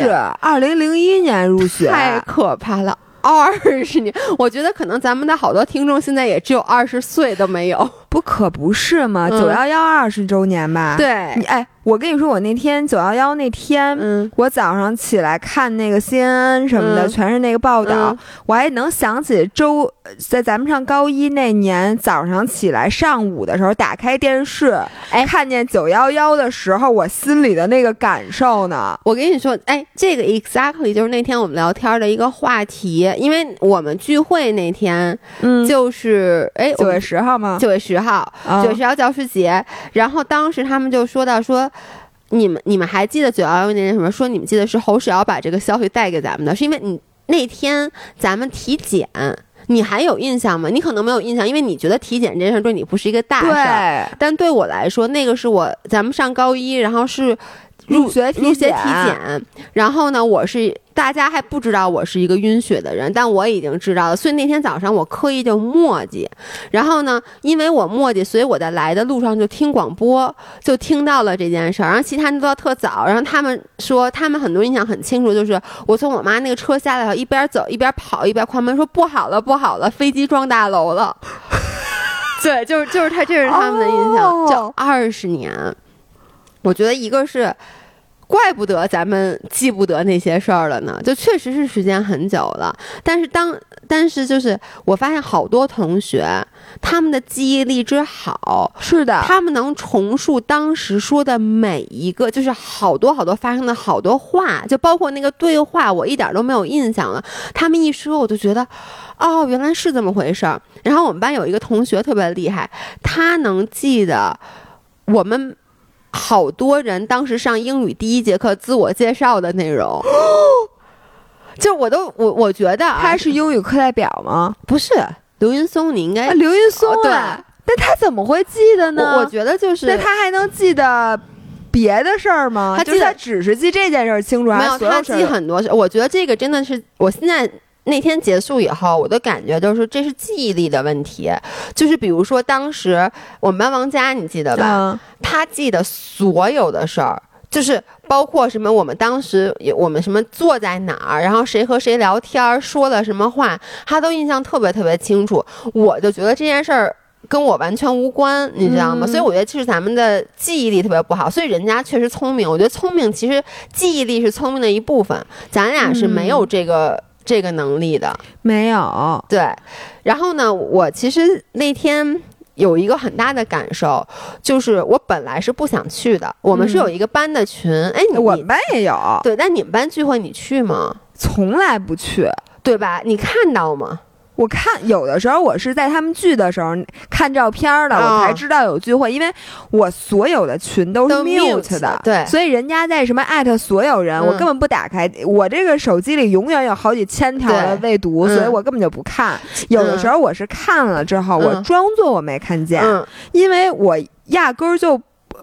2001年入学， 太可怕了。20年，我觉得可能咱们的好多听众现在也只有20岁都没有。 可不是吗？911 20周年吧？ 对， 哎，我跟你说，我那天911那天，我早上起来看那个 CNN 什么的，全是那个报道，我还能想起在咱们上高一那年早上起来上午的时候，打开电视，看见911的时候，我心里的那个感受呢。 我跟你说，这个 exactly 就是那天我们聊天的一个话题，因为我们聚会那天，就是 9月10号吗？ 9月10号。9月10号教师节，然后当时他们就说到说，你们还记得911年什么？说你们记得是侯世尧把这个消息带给咱们的，是因为你那天咱们体检，你还有印象吗？你可能没有印象，因为你觉得体检这件事对你不是一个大事儿，但对我来说，那个是咱们上高一，然后是入学体检，然后呢，大家还不知道我是一个晕血的人，但我已经知道了，所以那天早上我刻意就磨叽，然后呢，因为我磨叽，所以我在来的路上就听广播，就听到了这件事儿，然后其他人都要特早，然后他们说他们很多印象很清楚，就是我从我妈那个车下来，一边走一边跑一边狂奔说不好了不好了，飞机撞大楼了。对，就是这是他们的印象，这20年，我觉得一个是。怪不得咱们记不得那些事儿了呢，就确实是时间很久了。但是就是我发现好多同学，他们的记忆力之好， 是的， 他们能重述当时说的每一个，就是好多发生的好多话，就包括那个对话，我一点都没有印象了。他们一说，我就觉得，哦，原来是这么回事儿。然后我们班有一个同学特别厉害，他能记得我们。好多人当时上英语第1节课自我介绍的内容，就我觉得他是英语课代表吗？ 不是，刘云松，你应该刘云松对， 但他怎么会记得呢？ 我觉得就是， 那他还能记得别的事儿吗？ 他只是记这件事清楚， 没有，他记很多事。我觉得这个真的是，我现在。那天结束以后，我的感觉就是这是记忆力的问题，就是比如说当时我们班王佳，你记得吧？他记得所有的事儿，就是包括什么我们当时我们什么坐在哪儿，然后谁和谁聊天，说了什么话，他都印象特别特别清楚。我就觉得这件事儿跟我完全无关，你知道吗？所以我觉得其实咱们的记忆力特别不好，所以人家确实聪明。我觉得聪明其实记忆力是聪明的一部分，咱俩是没有这个能力的， 没有。 对，然后呢，我其实那天有一个很大的感受，就是我本来是不想去的。我们是有一个班的群， 我们班也有。 对，但你们班聚会你去吗？ 从来不去， 对吧？你看到吗？ 我看有的时候我是在他们聚的时候看照片的，我才知道有聚会，因为我所有的群都是 mute 的， 对， 所以人家在什么艾特所有人，我根本不打开。我这个手机里永远有好几千条的未读，所以我根本就不看。有的时候我是看了之后，我装作我没看见，因为我压根儿就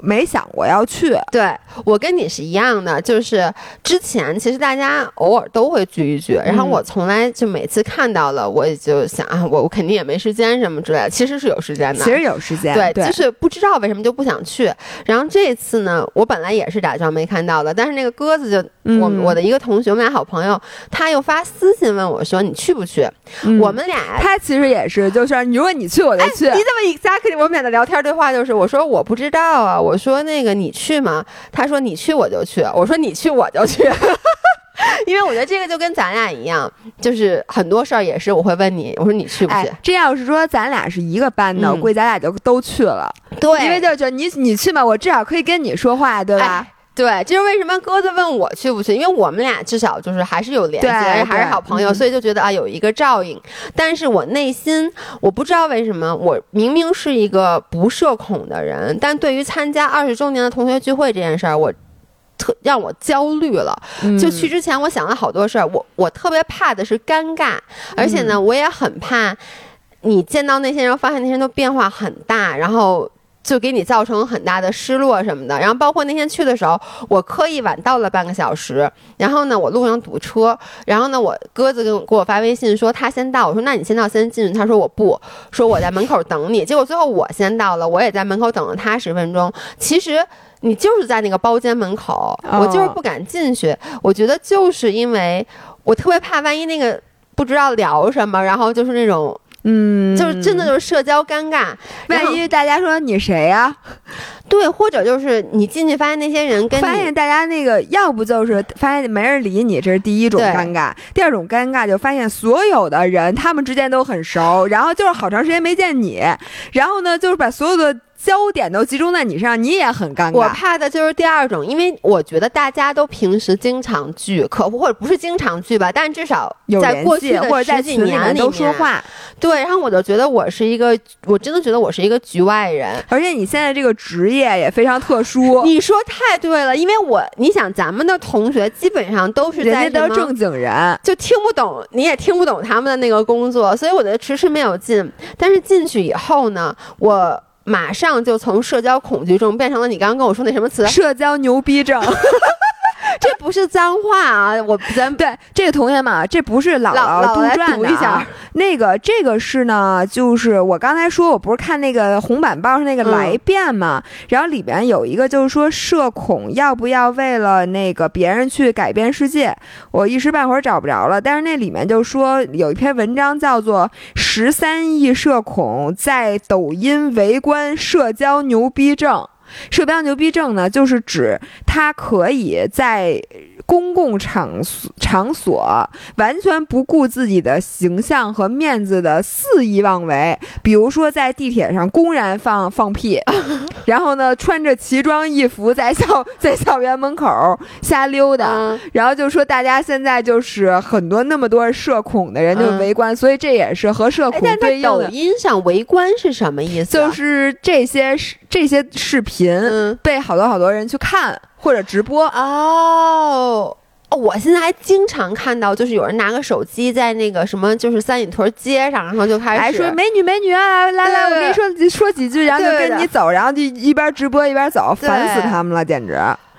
没想过要去。 对，我跟你是一样的，就是之前其实大家偶尔都会聚一聚，然后我从来就每次看到了，我也就想啊，我肯定也没时间什么之类的，其实是有时间的， 其实有时间， 对，就是不知道为什么就不想去。然后这次呢，我本来也是假装没看到的，但是那个鸽子就我的一个同学，我们俩好朋友，他又发私信问我说你去不去？我们俩他其实也是，就是如果你去我就去。 你这么 exactly， 我们俩的聊天对话就是我说我不知道啊，我说那个你去吗？他说你去我就去，我说你去我就去。因为我觉得这个就跟咱俩一样，就是很多事儿也是我会问你，我说你去不去？ 这要是说咱俩是一个班的，我估计咱俩就都去了。 对， 因为就觉得你去嘛，我至少可以跟你说话，对吧？ 对，这是为什么鸽子问我去不去，因为我们俩至少就是还是有联系，还是好朋友，所以就觉得啊有一个照应。但是我内心我不知道为什么，我明明是一个不社恐的人，但对于参加20周年的同学聚会这件事儿，让我焦虑了。就去之前我想了好多事儿，我特别怕的是尴尬，而且呢我也很怕你见到那些人发现那些人都变化很大，然后就给你造成很大的失落什么的。然后包括那天去的时候，我刻意晚到了半个小时，然后呢我路上堵车，然后呢我鸽子给我发微信说他先到，我说那你先到先进去，他说我不，说我在门口等你。结果最后我先到了，我也在门口等了他10分钟。其实你就是在那个包间门口，我就是不敢进去。我觉得就是因为我特别怕万一那个不知道聊什么，然后就是那种就是真的就是社交尴尬， 万一大家说你谁呀？ 对，或者就是你进去发现那些人跟你发现大家那个，要不就是发现没人理你，这是第一种尴尬；第二种尴尬就发现所有的人他们之间都很熟，然后就是好长时间没见你，然后呢就是把所有的焦点都集中在你身上，你也很尴尬。 我怕的就是第二种，因为我觉得大家都平时经常聚，或者不是经常聚吧，但至少在过去的或者在 10几年里都说话。 对，然后我就觉得我真的觉得我是一个局外人， 而且你现在这个职业也非常特殊。 你说太对了，因为你想咱们的同学基本上都是在人家都正经人， 就听不懂，你也听不懂他们的那个工作，所以我觉得迟迟没有进。但是进去以后呢，我马上就从社交恐惧症变成了你刚刚跟我说那什么词？ 社交牛逼症。 这不是脏话啊！ 对这个同学们，这不是姥姥杜撰的啊。这个是呢，就是我刚才说，我不是看那个红板报上那个来辩嘛，然后里边有一个就是说社恐要不要为了那个别人去改变世界，我一时半会儿找不着了，但是那里面就说有一篇文章叫做13亿社恐在抖音围观社交牛逼症。社交牛逼症呢，就是指他可以在公共场所完全不顾自己的形象和面子的肆意妄为，比如说在地铁上公然放屁，然后呢穿着奇装异服在校园门口瞎溜达，然后就说大家现在就是很多那么多社恐的人就围观，所以这也是和社恐对应的。 但在抖音上围观是什么意思？ 就是这些视频被好多人去看或者直播。 我现在还经常看到，就是有人拿个手机在那个什么，就是三里屯街上，然后就开始说美女啊，来，我跟你说几句，然后就跟你走，然后就一边直播一边走，烦死他们了，简直。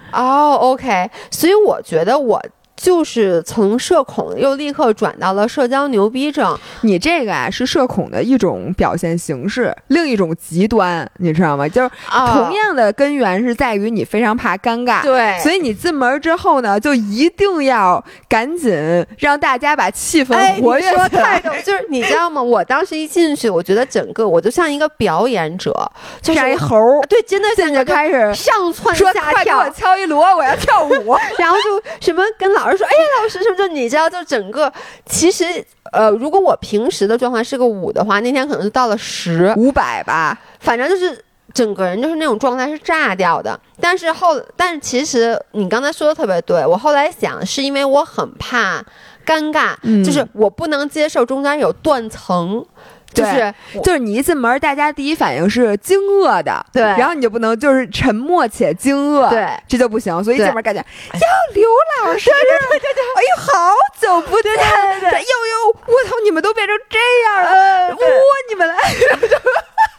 OK， 所以我觉得我就是从社恐又立刻转到了社交牛逼症。 你这个是社恐的一种表现形式，另一种极端，你知道吗？就是同样的根源是在于你非常怕尴尬， 对， 所以你进门之后呢，就一定要赶紧让大家把气氛活跃起来。 你说太懂，就是你知道吗？我当时一进去，我觉得整个我就像一个表演者，就像一猴， 对，真的现在开始上蹿下跳， 快给我敲一锣，我要跳舞， 然后就什么跟老师说，哎呀，老师什么，就你知道，就整个其实如果我平时的状态是个5的话，那天可能就到了10、 500吧， 反正就是整个人就是那种状态是炸掉的。但是其实你刚才说的特别对，我后来想是因为我很怕尴尬，就是我不能接受中间有断层。 就是你一进门，大家第一反应是惊愕的， 对， 然后你就不能就是沉默且惊愕， 对， 这就不行。所以一进门感觉，刘老师，对，哎呦，好久不见， 对， 呦，我操，你们都变成这样了，你们来。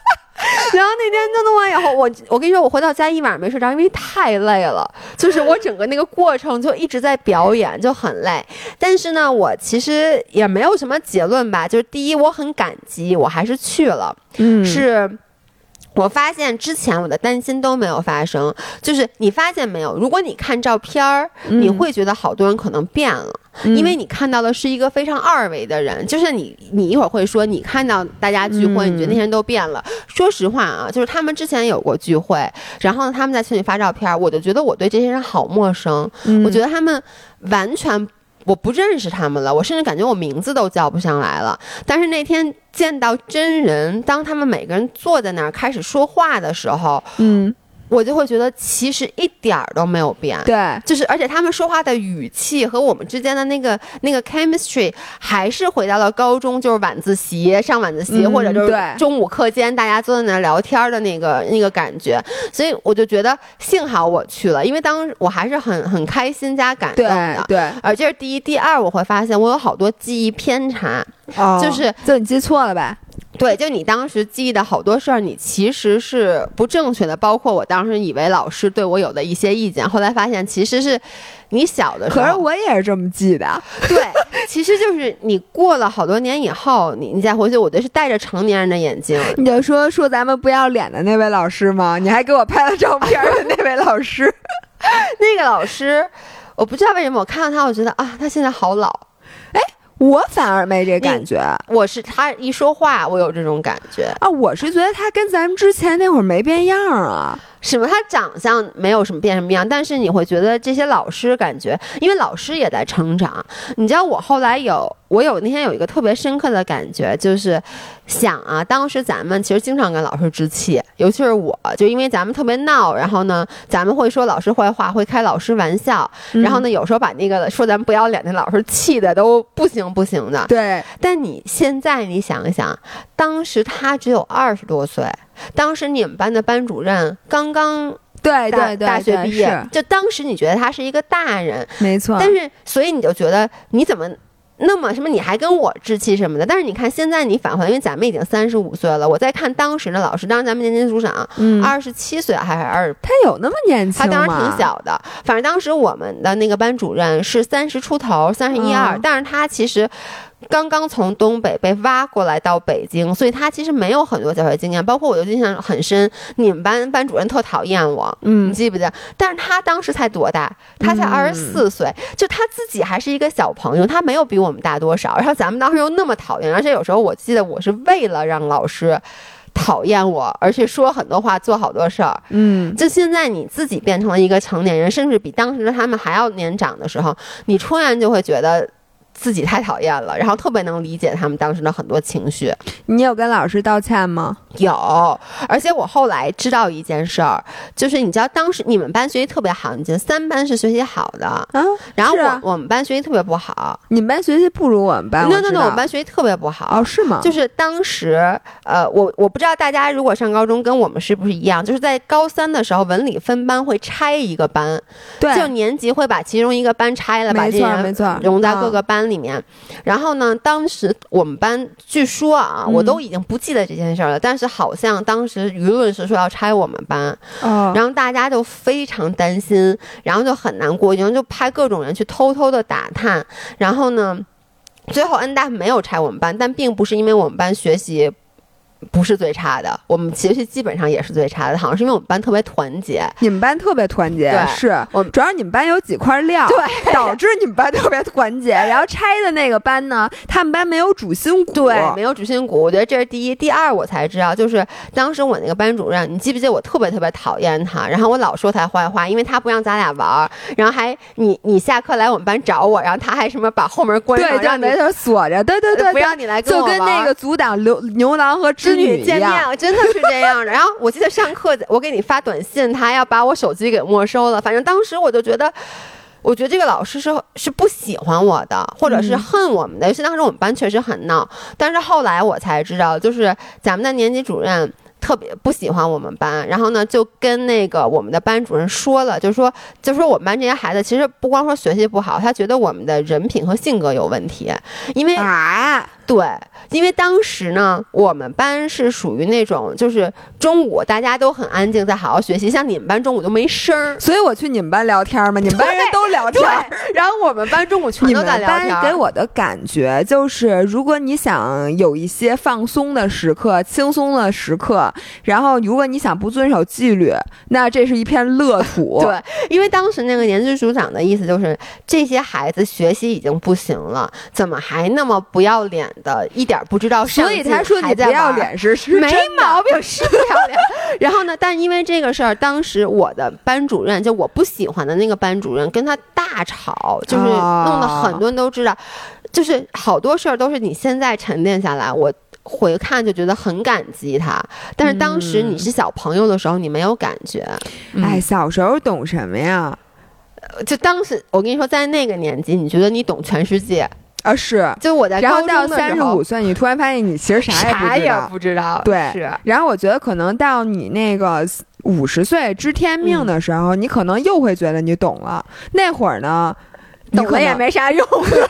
然后那天就弄完以后，我跟你说，我回到家一晚上没睡着，因为太累了。就是我整个那个过程就一直在表演，就很累。但是呢，我其实也没有什么结论吧。就是第一，我很感激，我还是去了。是。我发现之前我的担心都没有发生，就是你发现没有？如果你看照片儿，你会觉得好多人可能变了，因为你看到的是一个非常二维的人。就是你一会儿会说，你看到大家聚会，你觉得那些人都变了。说实话啊，就是他们之前有过聚会，然后呢，他们在群里发照片，我就觉得我对这些人好陌生，我觉得他们完全。我不认识他们了，我甚至感觉我名字都叫不上来了。但是那天见到真人，当他们每个人坐在那儿开始说话的时候，我就会觉得其实一点儿都没有变。 对， 就是而且他们说话的语气和我们之间的那个 chemistry 还是回到了高中，就是晚自习上晚自习，或者就是中午课间大家坐在那儿聊天的那个感觉。所以我就觉得幸好我去了，因为当时我还是很开心加感动的。 对， 而这是第一。第二，我会发现我有好多记忆偏差， 就你记错了呗。 对，就你当时记忆的好多事儿，你其实是不正确的，包括我当时以为老师对我有的一些意见，后来发现其实是你小的时候。 可是我也是这么记的。 对，其实就是你过了好多年以后，你再回去，我觉得是戴着成年人的眼睛。 你就说咱们不要脸的那位老师吗？你还给我拍了照片的那位老师。 那个老师，我不知道为什么我看到他，我觉得啊，他现在好老。 哎。我反而没这感觉， 我是他一说话，我有这种感觉啊！我是觉得他跟咱们之前那会儿没变样啊。 什么？他长相没有什么变什么样，但是你会觉得这些老师感觉，因为老师也在成长。你知道，我后来我那天有一个特别深刻的感觉，就是想啊，当时咱们其实经常跟老师置气，尤其是我，就因为咱们特别闹，然后呢，咱们会说老师坏话，会开老师玩笑，然后呢，有时候把那个说咱们不要脸的老师气的都不行的。 对。 但你现在你想一想，当时他只有20多岁。当时你们班的班主任刚刚对大学毕业，就当时你觉得他是一个大人， 没错。 但是所以你就觉得你怎么那么什么，你还跟我置气什么的。但是你看现在你返回来，因为咱们已经35岁了，我再看当时的老师，当时咱们年级组长27岁还是20， 他有那么年轻吗？ 他当时挺小的。反正当时我们的那个班主任是30出头，31、2，但是他其实刚刚从东北被挖过来到北京，所以他其实没有很多教学经验。包括我就印象很深，你们班主任特讨厌我，你记不记得？但是他当时才多大？他才24岁，就他自己还是一个小朋友，他没有比我们大多少。然后咱们当时又那么讨厌，而且有时候我记得我是为了让老师讨厌我，而且说很多话，做好多事儿。就现在你自己变成了一个成年人，甚至比当时的他们还要年长的时候，你突然就会觉得自己太讨厌了，然后特别能理解他们当时的很多情绪。 你有跟老师道歉吗？ 有，而且我后来知道一件事儿，就是你知道当时你们班学习特别好，你记得3班是学习好的然后我们班学习特别不好。 你们班学习不如我们班？ 那我们班学习特别不好。 是吗？ 就是当时我不知道大家如果上高中跟我们是不是一样，就是在高3的时候文理分班会拆一个班， 对， 就年级会把其中一个班拆了，把这些人融在各个班里面。然后呢，当时我们班据说啊，我都已经不记得这件事了，但是好像当时舆论是说要拆我们班，然后大家就非常担心，然后就很难过，然后就派各种人去偷偷的打探，然后呢，最后恩大没有拆我们班，但并不是因为我们班学习不是最差的，我们其实基本上也是最差的，好像是因为我们班特别团结。 你们班特别团结，是主要你们班有几块料， 对， 导致你们班特别团结。然后拆的那个班呢，他们班没有主心骨， 对，没有主心骨。我觉得这是第一。第二，我才知道，就是当时我那个班主任，你记不记得我特别特别讨厌他，然后我老说他坏话，因为他不让咱俩玩，然后还你下课来我们班找我，然后他还什么把后门关上， 对，让门锁着，对， 不让你来跟我玩， 就跟那个阻挡牛郎和织女见面，真的是这样的。然后我记得上课我给你发短信，他要把我手机给没收了。反正当时我就觉得，我觉得这个老师是不喜欢我的，或者是恨我们的。尤其当时我们班确实很闹，但是后来我才知道，就是咱们的年级主任特别不喜欢我们班，然后呢就跟那个我们的班主任说了，就说我们班这些孩子其实不光说学习不好，他觉得我们的人品和性格有问题，因为对，因为当时呢，我们班是属于那种就是中午大家都很安静，在好好学习，像你们班中午都没声儿， 所以我去你们班聊天嘛，你们班人都聊天， 然后我们班中午全都在聊天。 你们班给我的感觉就是，如果你想有一些放松的时刻、轻松的时刻，然后如果你想不遵守纪律，那这是一片乐土。 对，因为当时那个年级组长的意思就是，这些孩子学习已经不行了，怎么还那么不要脸的，一点不知道上进， 所以他说你不要脸是没毛病，是不要脸。然后呢，但因为这个事儿，当时我的班主任，就我不喜欢的那个班主任，跟他大吵，就是弄得很多人都知道，就是好多事儿都是你现在沉淀下来，我回看就觉得很感激他，但是当时你是小朋友的时候，你没有感觉。 哎，小时候懂什么呀？ 就当时我跟你说，在那个年纪，你觉得你懂全世界。 是， 就我在高中的时候， 然后到35岁，你突然发现你其实啥也不知道。 对， 是。 然后我觉得可能到你那个50岁知天命的时候，你可能又会觉得你懂了。那会儿呢， 懂了也没啥用。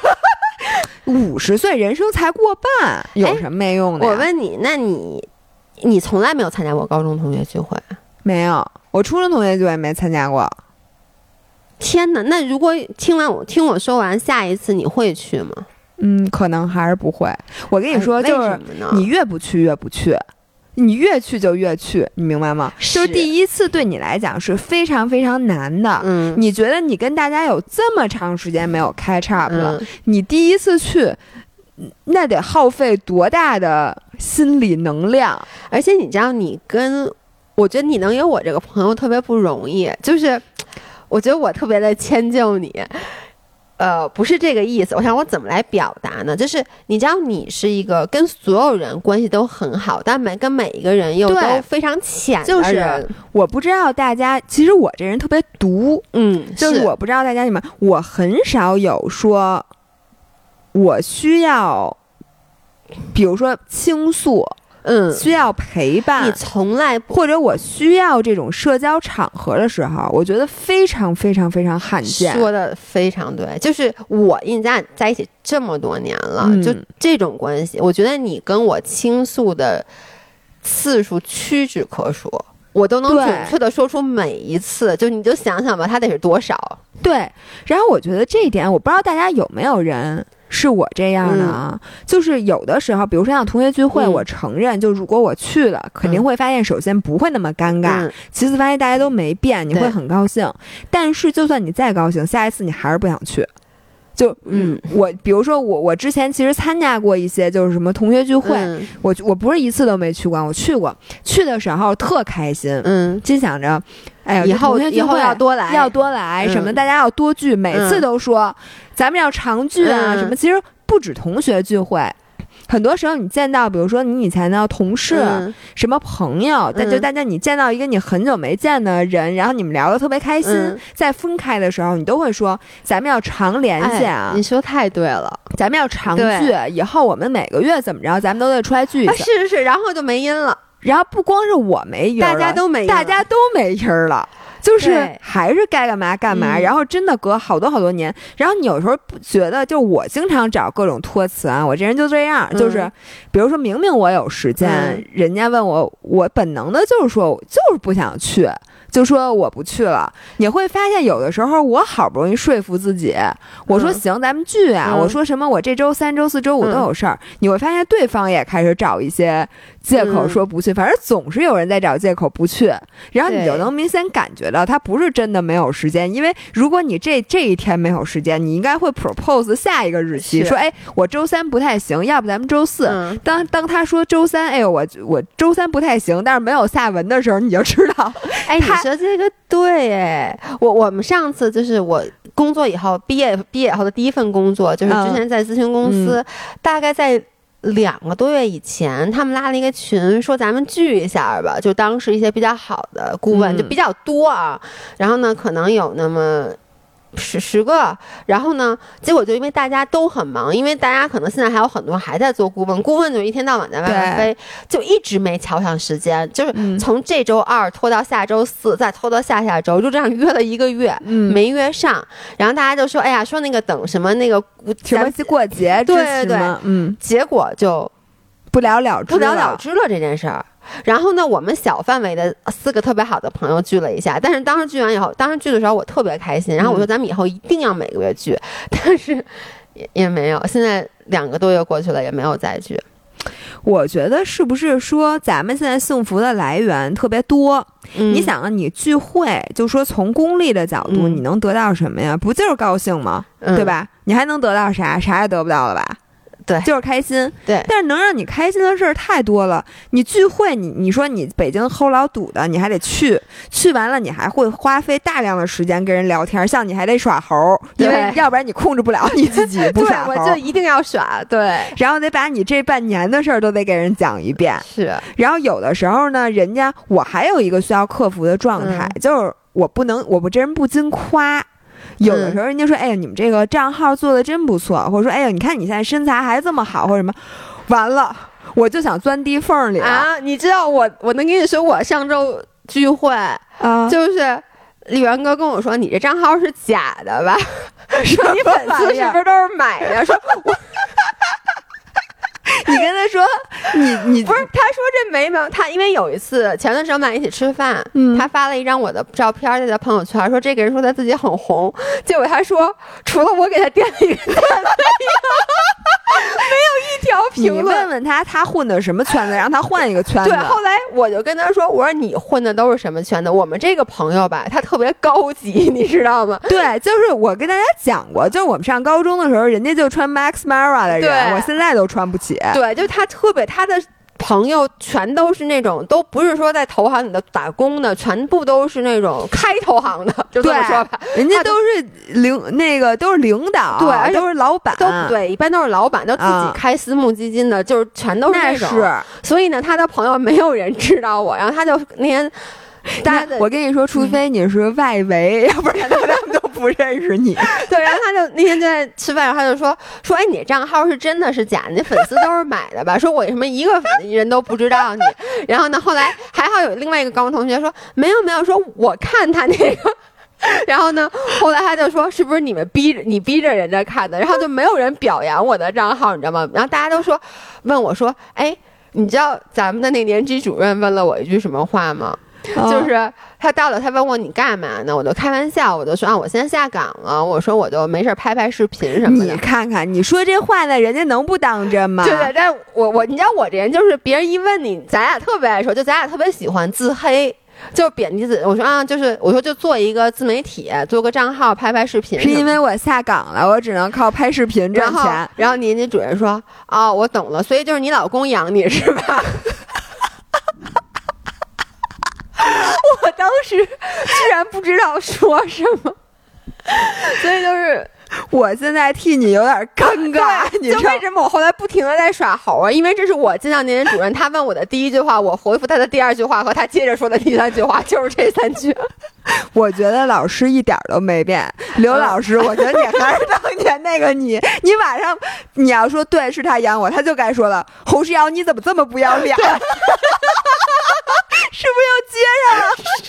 50岁人生才过半，有什么没用的？ 我问你，那你从来没有参加过高中同学聚会？ 没有，我初中同学聚会没参加过。 天哪！那如果听我说完，下一次你会去吗？ 可能还是不会。我跟你说，就是你越不去越不去，你越去就越去，你明白吗？就是第一次对你来讲是非常非常难的。你觉得你跟大家有这么长时间没有catch up了，你第一次去，那得耗费多大的心理能量？ 而且你知道，我觉得你能有我这个朋友特别不容易，就是。我觉得我特别的迁就你，不是这个意思。我想我怎么来表达呢？就是你知道，你是一个跟所有人关系都很好，但跟每一个人又都非常浅的人。 就是我不知道大家，其实我这人特别毒，就是我不知道大家我很少有说，我需要，比如说倾诉。需要陪伴， 你从来或者我需要这种社交场合的时候，我觉得非常非常非常罕见。 说的非常对，就是我跟你在一起这么多年了，就这种关系，我觉得你跟我倾诉的次数屈指可数，我都能准确的说出每一次，就你就想想吧，它得是多少。 对，然后我觉得这一点，我不知道大家有没有人。是我这样的啊，就是有的时候，比如说像同学聚会，我承认，就如果我去了，肯定会发现，首先不会那么尴尬，其次发现大家都没变，你会很高兴。但是就算你再高兴，下一次你还是不想去。就我比如说我之前其实参加过一些就是什么同学聚会，我不是一次都没去过，我去过，去的时候特开心，心想着，哎呀， 以后要多来什么，大家要多聚，每次都说咱们要常聚啊什么。其实不止同学聚会。很多时候你见到，比如说你以前的同事、什么朋友，就大家你见到一个你很久没见的人，然后你们聊得特别开心，在分开的时候，你都会说咱们要常联系啊。 你说太对了， 咱们要常聚，以后我们每个月怎么着，咱们都得出来聚一下。 是，然后就没音了。 然后不光是我没音了，大家都没音了。就是还是该干嘛干嘛，然后真的隔好多年，然后你有时候不觉得，就我经常找各种托词啊，我这人就这样，就是比如说明明我有时间，人家问我，我本能的就是说我就是不想去，就说我不去了。你会发现有的时候我好不容易说服自己，我说行咱们聚啊，我说什么我这周3周4周5都有事儿，你会发现对方也开始找一些借口说不去，反正总是有人在找借口不去，然后你就能明显感觉到他不是真的没有时间，因为如果你这一天没有时间，你应该会 propose 下一个日期，说哎我周3不太行，要不咱们周4。当他说周3，哎呦我周3不太行，但是没有下文的时候，你就知道， 哎你说这个对哎，我们上次就是我工作以后毕业以后的第一份工作，就是之前在咨询公司，大概在2个多月以前，他们拉了一个群，说咱们聚一下吧，就当时一些比较好的顾问，就比较多啊。然后呢，可能有那么十个，然后呢，结果就因为大家都很忙，因为大家可能现在还有很多人还在做顾问就一天到晚在外面飞，就一直没瞧上时间，就是从这周2拖到下周4，再拖到下周，就这样约了1个月，没约上。然后大家就说，哎呀，说那个等什么那个什么过节之前， 对，结果就不了了之了这件事儿。然后呢，我们小范围的4个特别好的朋友聚了一下，但是当时聚完以后，当时聚的时候我特别开心，然后我说咱们以后一定要每个月聚，但是也没有，现在2个多月过去了也没有再聚。 我觉得是不是说咱们现在幸福的来源特别多？你想啊，你聚会就说从功利的角度，你能得到什么呀？不就是高兴吗？对吧？你还能得到啥？啥也得不到了吧？ 对， 就是开心。 对， 但是能让你开心的事儿太多了。你聚会，你说你北京齁老堵的，你还得去完了，你还会花费大量的时间跟人聊天，像你还得耍猴，因为要不然你控制不了你自己不耍猴。 对，我就一定要耍。对， 然后得把你这半年的事儿都得给人讲一遍。 是。 然后有的时候呢，我还有一个需要克服的状态，就是我这人不经夸。有的时候人家说，哎呀，你们这个账号做的真不错，或者说，哎呀，你看你现在身材还这么好，或者什么，完了，我就想钻地缝里了啊！你知道我能跟你说，我上周聚会就是李元哥跟我说，你这账号是假的吧？说你粉丝是不是都是买的？说我。 你跟他说，你不是？他说这没他，因为有一次前段时间我们俩一起吃饭，他发了一张我的照片在他朋友圈，说这个人说他自己很红，结果他说除了我给他点了一个赞，没有一条评论。 你问问他混的什么圈子，让他换一个圈子。 对，后来我就跟他说，我说你混的都是什么圈子？我们这个朋友吧，他特别高级，你知道吗？ 对，就是我跟大家讲过，就是我们上高中的时候，人家就穿 Max Mara 的人，我现在都穿不起。 对，就他他的朋友全都是那种，都不是说在投行里的打工的，全部都是那种开投行的，就这么说吧。 人家都是都是领导， 对， 都是老板， 对，一般都是老板，都自己开私募基金的，就是全都是那种。所以呢，他的朋友没有人知道我，然后他就那天。 我跟你说，除非你是外围，要不然他们都不认识你。 对，然后他就那天就在吃饭，然后他就说，哎，你这账号是真的是假的？你粉丝都是买的吧？说我什么一个人都不知道你。然后呢，后来还好有另外一个高中同学说，没有，说我看他那个。然后呢，后来他就说，是不是你逼着人家看的？然后就没有人表扬我的账号，你知道吗？然后大家都问我说，哎，你知道咱们的那年级主任问了我一句什么话吗？就是他到了，他问我你干嘛呢？我就开玩笑，我就说我现在下岗了。我说我就没事拍视频什么的。 你看看，你说这话呢，人家能不当真吗？ 对，但我你知道我这人就是别人一问你，咱俩特别爱说，就咱俩特别喜欢自黑。就贬低自己，我说就做一个自媒体，做个账号拍视频。 是因为我下岗了，我只能靠拍视频赚钱。 然后你主任说，我懂了，所以就是你老公养你是吧？我当时居然不知道说什么，所以就是我现在替你有点尴尬。你就为什么我后来不停的在耍猴啊？因为这是我进到那年主任，他问我的第一句话，我回复他的第2句话和他接着说的第3句话就是这3句。 我觉得老师一点都没变，刘老师，我觉得你还是当年那个你晚上你要说对是他养我，他就该说了，侯世瑶你怎么这么不要脸？是不是又接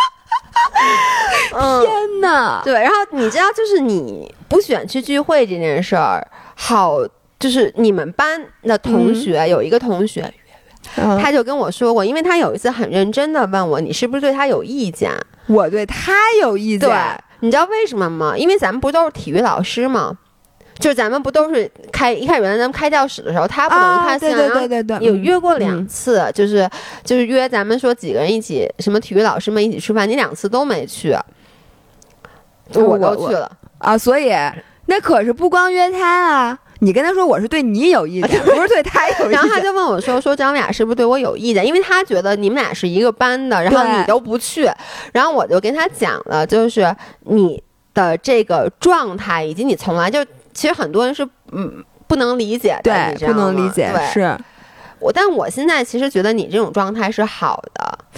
上了？天哪！ 对，然后你知道，就是你不选去聚会这件事儿，好，就是你们班的同学有一个同学，他就跟我说过，因为他有一次很认真的问我，你是不是对他有意见？ 我对他有意见。 对，你知道为什么吗？因为咱们不都是体育老师吗？就是咱们不都是一开始原来咱们开教室的时候，他不能看现场， 对， 有约过2次，就是约咱们说几个人一起，什么体育老师们一起吃饭，你2次都没去，我都去了啊，所以那可是不光约他啊。你跟他说我是对你有意见，不是对他有意见。 然后他就问我说咱们俩是不是对我有意见？因为他觉得你们俩是一个班的，然后你都不去。然后我就跟他讲了，就是你的这个状态，以及你从来就其实很多人是不能理解的， 对，不能理解，是但我现在其实觉得你这种状态是好的。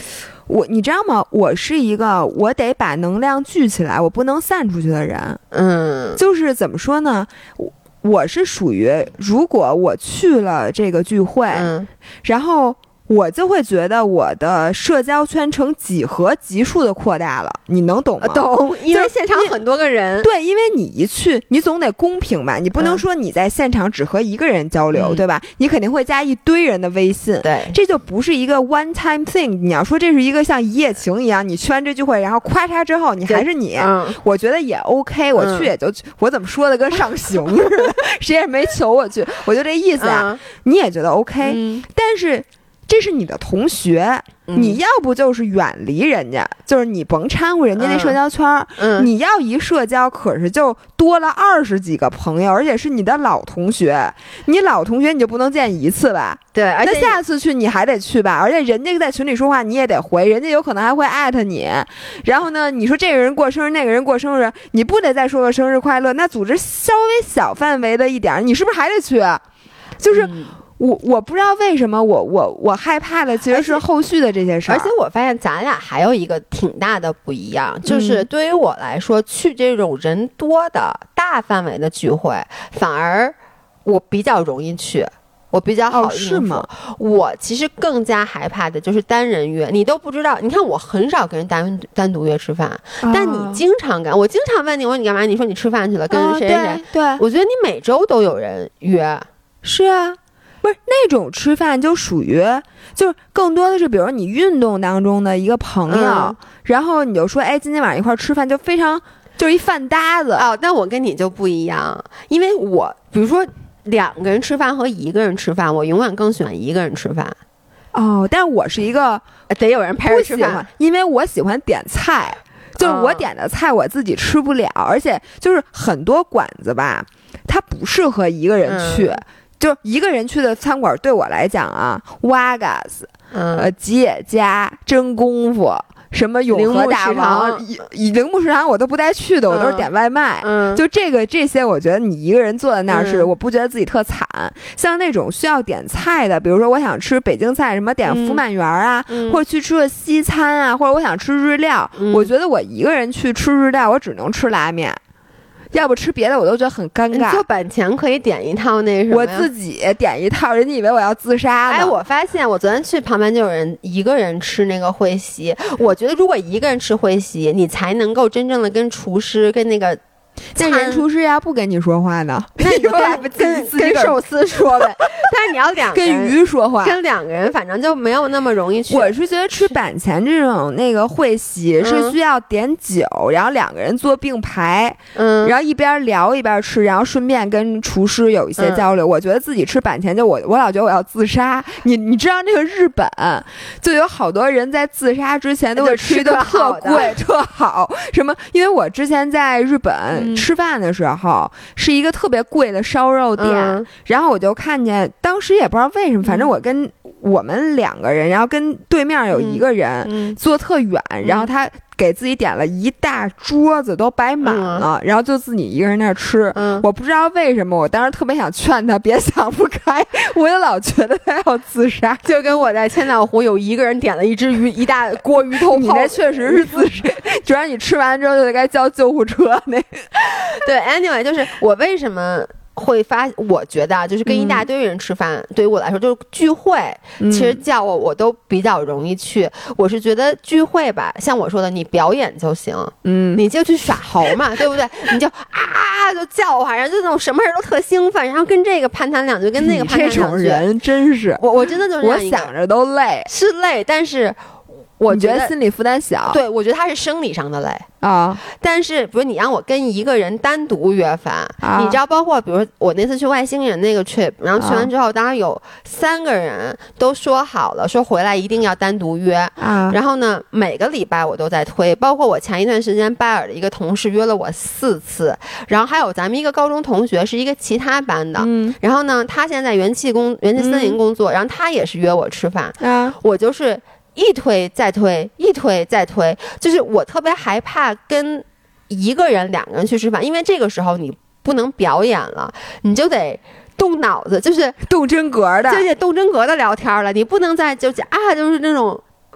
你知道吗？我是一个我得把能量聚起来，我不能散出去的人。就是怎么说呢？我是属于，如果我去了这个聚会，然后我就会觉得我的社交圈呈几何级数的扩大了，你能懂吗？ 懂，因为现场很多个人。 对，因为你一去，你总得公平吧，你不能说你在现场只和一个人交流，对吧？你肯定会加一堆人的微信， 对， 这就不是一个 one time thing。你要说这是一个像一夜情一样，你去完这聚会，然后咔嚓之后你还是你，我觉得也 OK。我去也就我怎么说的跟上刑似的，谁也没求我去，我就这意思啊。你也觉得 OK，但是。这是你的同学，你要不就是远离人家，就是你甭掺和人家那社交圈。你要一社交，可是就多了20几个朋友，而且是你的老同学。你老同学你就不能见一次吧？ 对，而且那下次去你还得去吧？而且人家在群里说话你也得回，人家有可能还会艾特你。然后呢，你说这个人过生日，那个人过生日，你不得再说个生日快乐？那组织稍微小范围的一点，你是不是还得去？就是。我不知道为什么我害怕的其实是后续的这些事儿， 而且我发现咱俩还有一个挺大的不一样，就是对于我来说，去这种人多的大范围的聚会，反而我比较容易去，我比较好应付。 是吗？ 我其实更加害怕的就是单人约，你都不知道。你看我很少跟人单独约吃饭，但你经常干。我经常问你，我说你干嘛？你说你吃饭去了，跟谁谁谁。 对， 我觉得你每周都有人约。 是啊。不是那种吃饭就属于，就是更多的是，比如你运动当中的一个朋友，然后你就说，哎，今天晚上一块吃饭，就非常就是一饭搭子。 但我跟你就不一样，因为我比如说2个人吃饭和1个人吃饭，我永远更喜欢1个人吃饭。 但我是一个得有人陪着吃饭， 因为我喜欢点菜，就是我点的菜我自己吃不了，而且就是很多馆子吧，它不适合一个人去。就一个人去的餐馆对我来讲啊，瓦嘎斯，吉野家、真功夫，什么永和大王、铃木食堂我都不带去的，我都是点外卖。就这些，我觉得你一个人坐在那儿是，我不觉得自己特惨。像那种需要点菜的，比如说我想吃北京菜，什么点福满园啊，或者去吃个西餐啊，或者我想吃日料，我觉得我一个人去吃日料，我只能吃拉面。要不吃别的我都觉得很尴尬。 你做板前可以点一套那什么， 我自己点一套，人家以为我要自杀呢。 我发现我昨天去旁边就有人一个人吃那个会席，我觉得如果一个人吃会席，你才能够真正的跟厨师跟那个。 那人厨师要不跟你说话呢？ 那你就跟寿司说呗。但是你要2个人跟鱼说话， 跟2个人反正就没有那么容易去。 我是觉得吃板前这种那个会席是需要点酒，然后2个人坐并排，然后一边聊一边吃，然后顺便跟厨师有一些交流。我觉得自己吃板前就我老觉得我要自杀。你知道那个日本就有好多人在自杀之前都会吃的特贵特好什么，因为我之前在日本。吃饭的时候是一个特别贵的烧肉店，然后我就看见，当时也不知道为什么，反正我们2个人，然后跟对面有一个人坐特远，然后他给自己点了一大桌子都摆满了，然后就自己一个人那儿吃。我不知道为什么，我当时特别想劝他别想不开，我也老觉得他要自杀， 就跟我在千岛湖有一个人点了一只鱼，一大锅鱼头泡。 你这确实是自杀，主要你吃完之后就该叫救护车那。 对 ，anyway， 就是我为什么。我觉得就是跟一大堆人吃饭，对于我来说就是聚会，其实叫我都比较容易去。我是觉得聚会吧，像我说的，你表演就行，你就去耍猴嘛，对不对？你就就叫唤，然后就那种什么人都特兴奋，然后跟这个攀谈2句，跟那个攀谈2句。 这种人真是， 我真的就是我想着都累， 是累，但是。我觉得心理负担小， 对，我觉得它是生理上的累啊。 但是，比如你让我跟一个人单独约饭，你知道，包括比如我那次去外星人那个 trip， 然后去完之后，当然有3个人都说好了，说回来一定要单独约啊。 然后呢，每个礼拜我都在推，包括我前一段时间拜尔的一个同事约了我4次，然后还有咱们一个高中同学是一个其他班的，然后呢，他现在元气森林工作，然后他也是约我吃饭啊， 我就是。一推再推，一推再推，就是我特别害怕跟1个人、2个人去吃饭，因为这个时候你不能表演了，你就得动脑子，就是动真格的， 就得动真格的聊天了。你不能再就是那种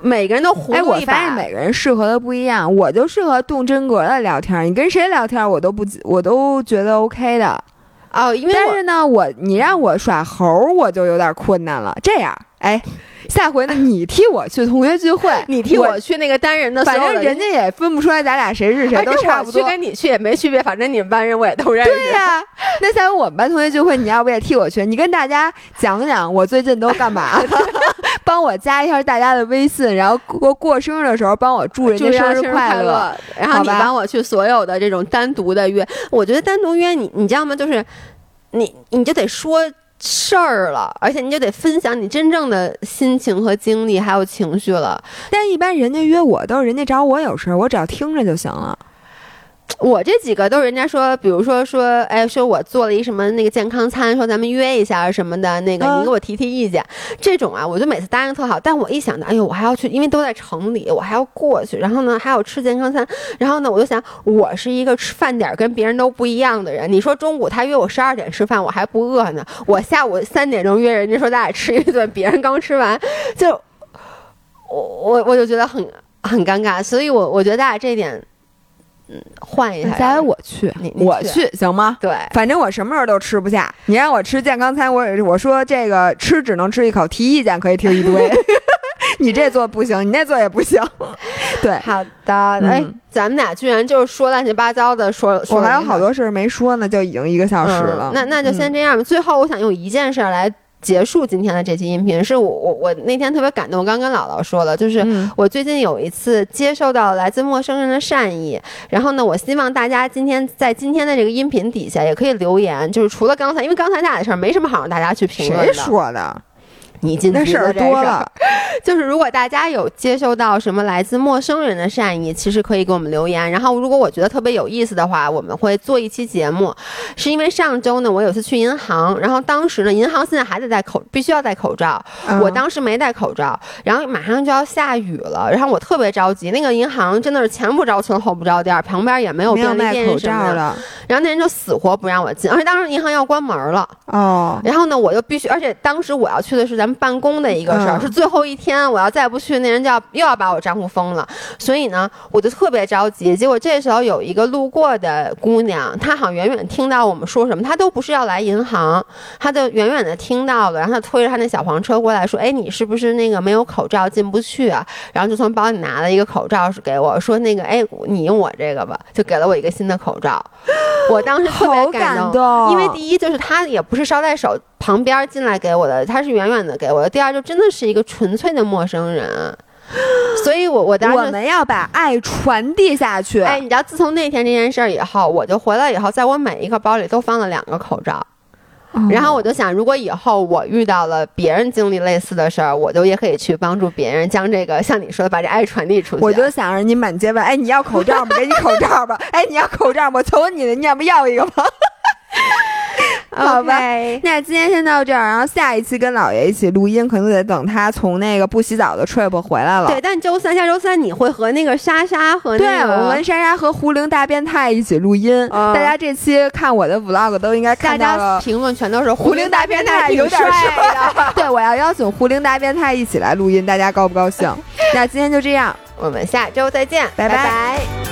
每个人都糊涂一把。 我发现每个人适合的不一样，我就适合动真格的聊天，你跟谁聊天我都觉得 OK 的。 哦，因为但是呢，你让我耍猴，我就有点困难了。这样，下回呢，你替我去同学聚会， 你替我去那个单人的， 反正人家也分不出来咱俩谁是谁，都差不多。 我去跟你去也没区别，反正你们班人我也都认识。 对呀，那下回我们班同学聚会，你要不也替我去？你跟大家讲讲我最近都干嘛了，帮我加一下大家的微信，然后过生日的时候帮我祝人家生日快乐， 然后你帮我去所有的这种单独的约。我觉得单独约你知道吗？就是你就得说事儿了，而且你就得分享你真正的心情和经历还有情绪了。 但一般人家约我都是人家找我有事儿，我只要听着就行了。 我这几个都是人家说，比如说说我做了一什么那个健康餐，说咱们约一下什么的，那个你给我提意见，这种啊，我就每次答应特好。但我一想到，哎呦，我还要去，因为都在城里，我还要过去，然后呢还要吃健康餐，然后呢我就想，我是一个吃饭点跟别人都不一样的人。你说中午他约我12点吃饭，我还不饿呢，我下午3点钟约人家说咱俩吃一顿，别人刚吃完，就我就觉得很尴尬，所以我觉得大家这一点。换一下， 下回我去，我去行吗？ 对， 反正我什么时候都吃不下。你让我吃健康餐，我说这个吃只能吃一口，提意见可以提一堆。你这做不行，你那做也不行。对， 好的，咱们俩居然就是说乱七八糟的说， 我还有好多事没说呢，就已经1个小时了。 那就先这样吧。最后我想用一件事来结束今天的这期音频，是我那天特别感动，我刚跟姥姥说了，就是我最近有一次接受到来自陌生人的善意，然后呢，我希望大家在今天的这个音频底下也可以留言，就是除了刚才，因为刚才俩的事儿没什么好让大家去评论的。 谁说的？ 你进那事儿多了， 就是如果大家有接受到什么来自陌生人的善意，其实可以给我们留言。然后如果我觉得特别有意思的话，我们会做一期节目。是因为上周呢，我有次去银行，然后当时呢，银行现在还得必须要戴口罩，我当时没戴口罩，然后马上就要下雨了，然后我特别着急。那个银行真的是前不着村后不着店，旁边也没有便利店什么的，然后那人就死活不让我进，而且当时银行要关门了。然后呢，我就必须，而且当时我要去的是咱们办公的一个事儿，是最后一天，我要再不去，那人就又要把我账户封了。所以呢，我就特别着急。结果这时候有一个路过的姑娘，她好像远远听到我们说什么，她都不是要来银行，她就远远的听到了，然后她推着她那小黄车过来说：“哎，你是不是那个没有口罩进不去啊？”然后就从包里拿了一个口罩给我，说：“那个，哎，你用我这个吧。”就给了我一个新的口罩。我当时特别感动，因为第一就是她也不是捎带手旁边进来给我的，她是远远的给我的。第二，就真的是一个纯粹的陌生人，所以我当时我们要把爱传递下去。 哎，你知道，自从那天这件事儿以后，我就回来以后，在我每一个包里都放了2个口罩。然后我就想，如果以后我遇到了别人经历类似的事儿，我就也可以去帮助别人，将这个像你说的把这爱传递出去。 我就想着你满街问，哎，你要口罩吗？给你口罩吧。哎，你要口罩吗？我求你了，你要不要一个吧？好吧，那今天先到这儿，然后下一期跟姥爷一起录音，可能得等他从那个不洗澡的 trip 回来了。 对，但下周三你会和那个莎莎和对，我跟莎莎和胡玲大变态一起录音。大家这期看我的 vlog 都应该看到了， 大家评论全都是胡玲大变态有点帅的。对，我要邀请胡玲大变态一起来录音，大家高不高兴？那今天就这样， 我们下周再见，拜拜。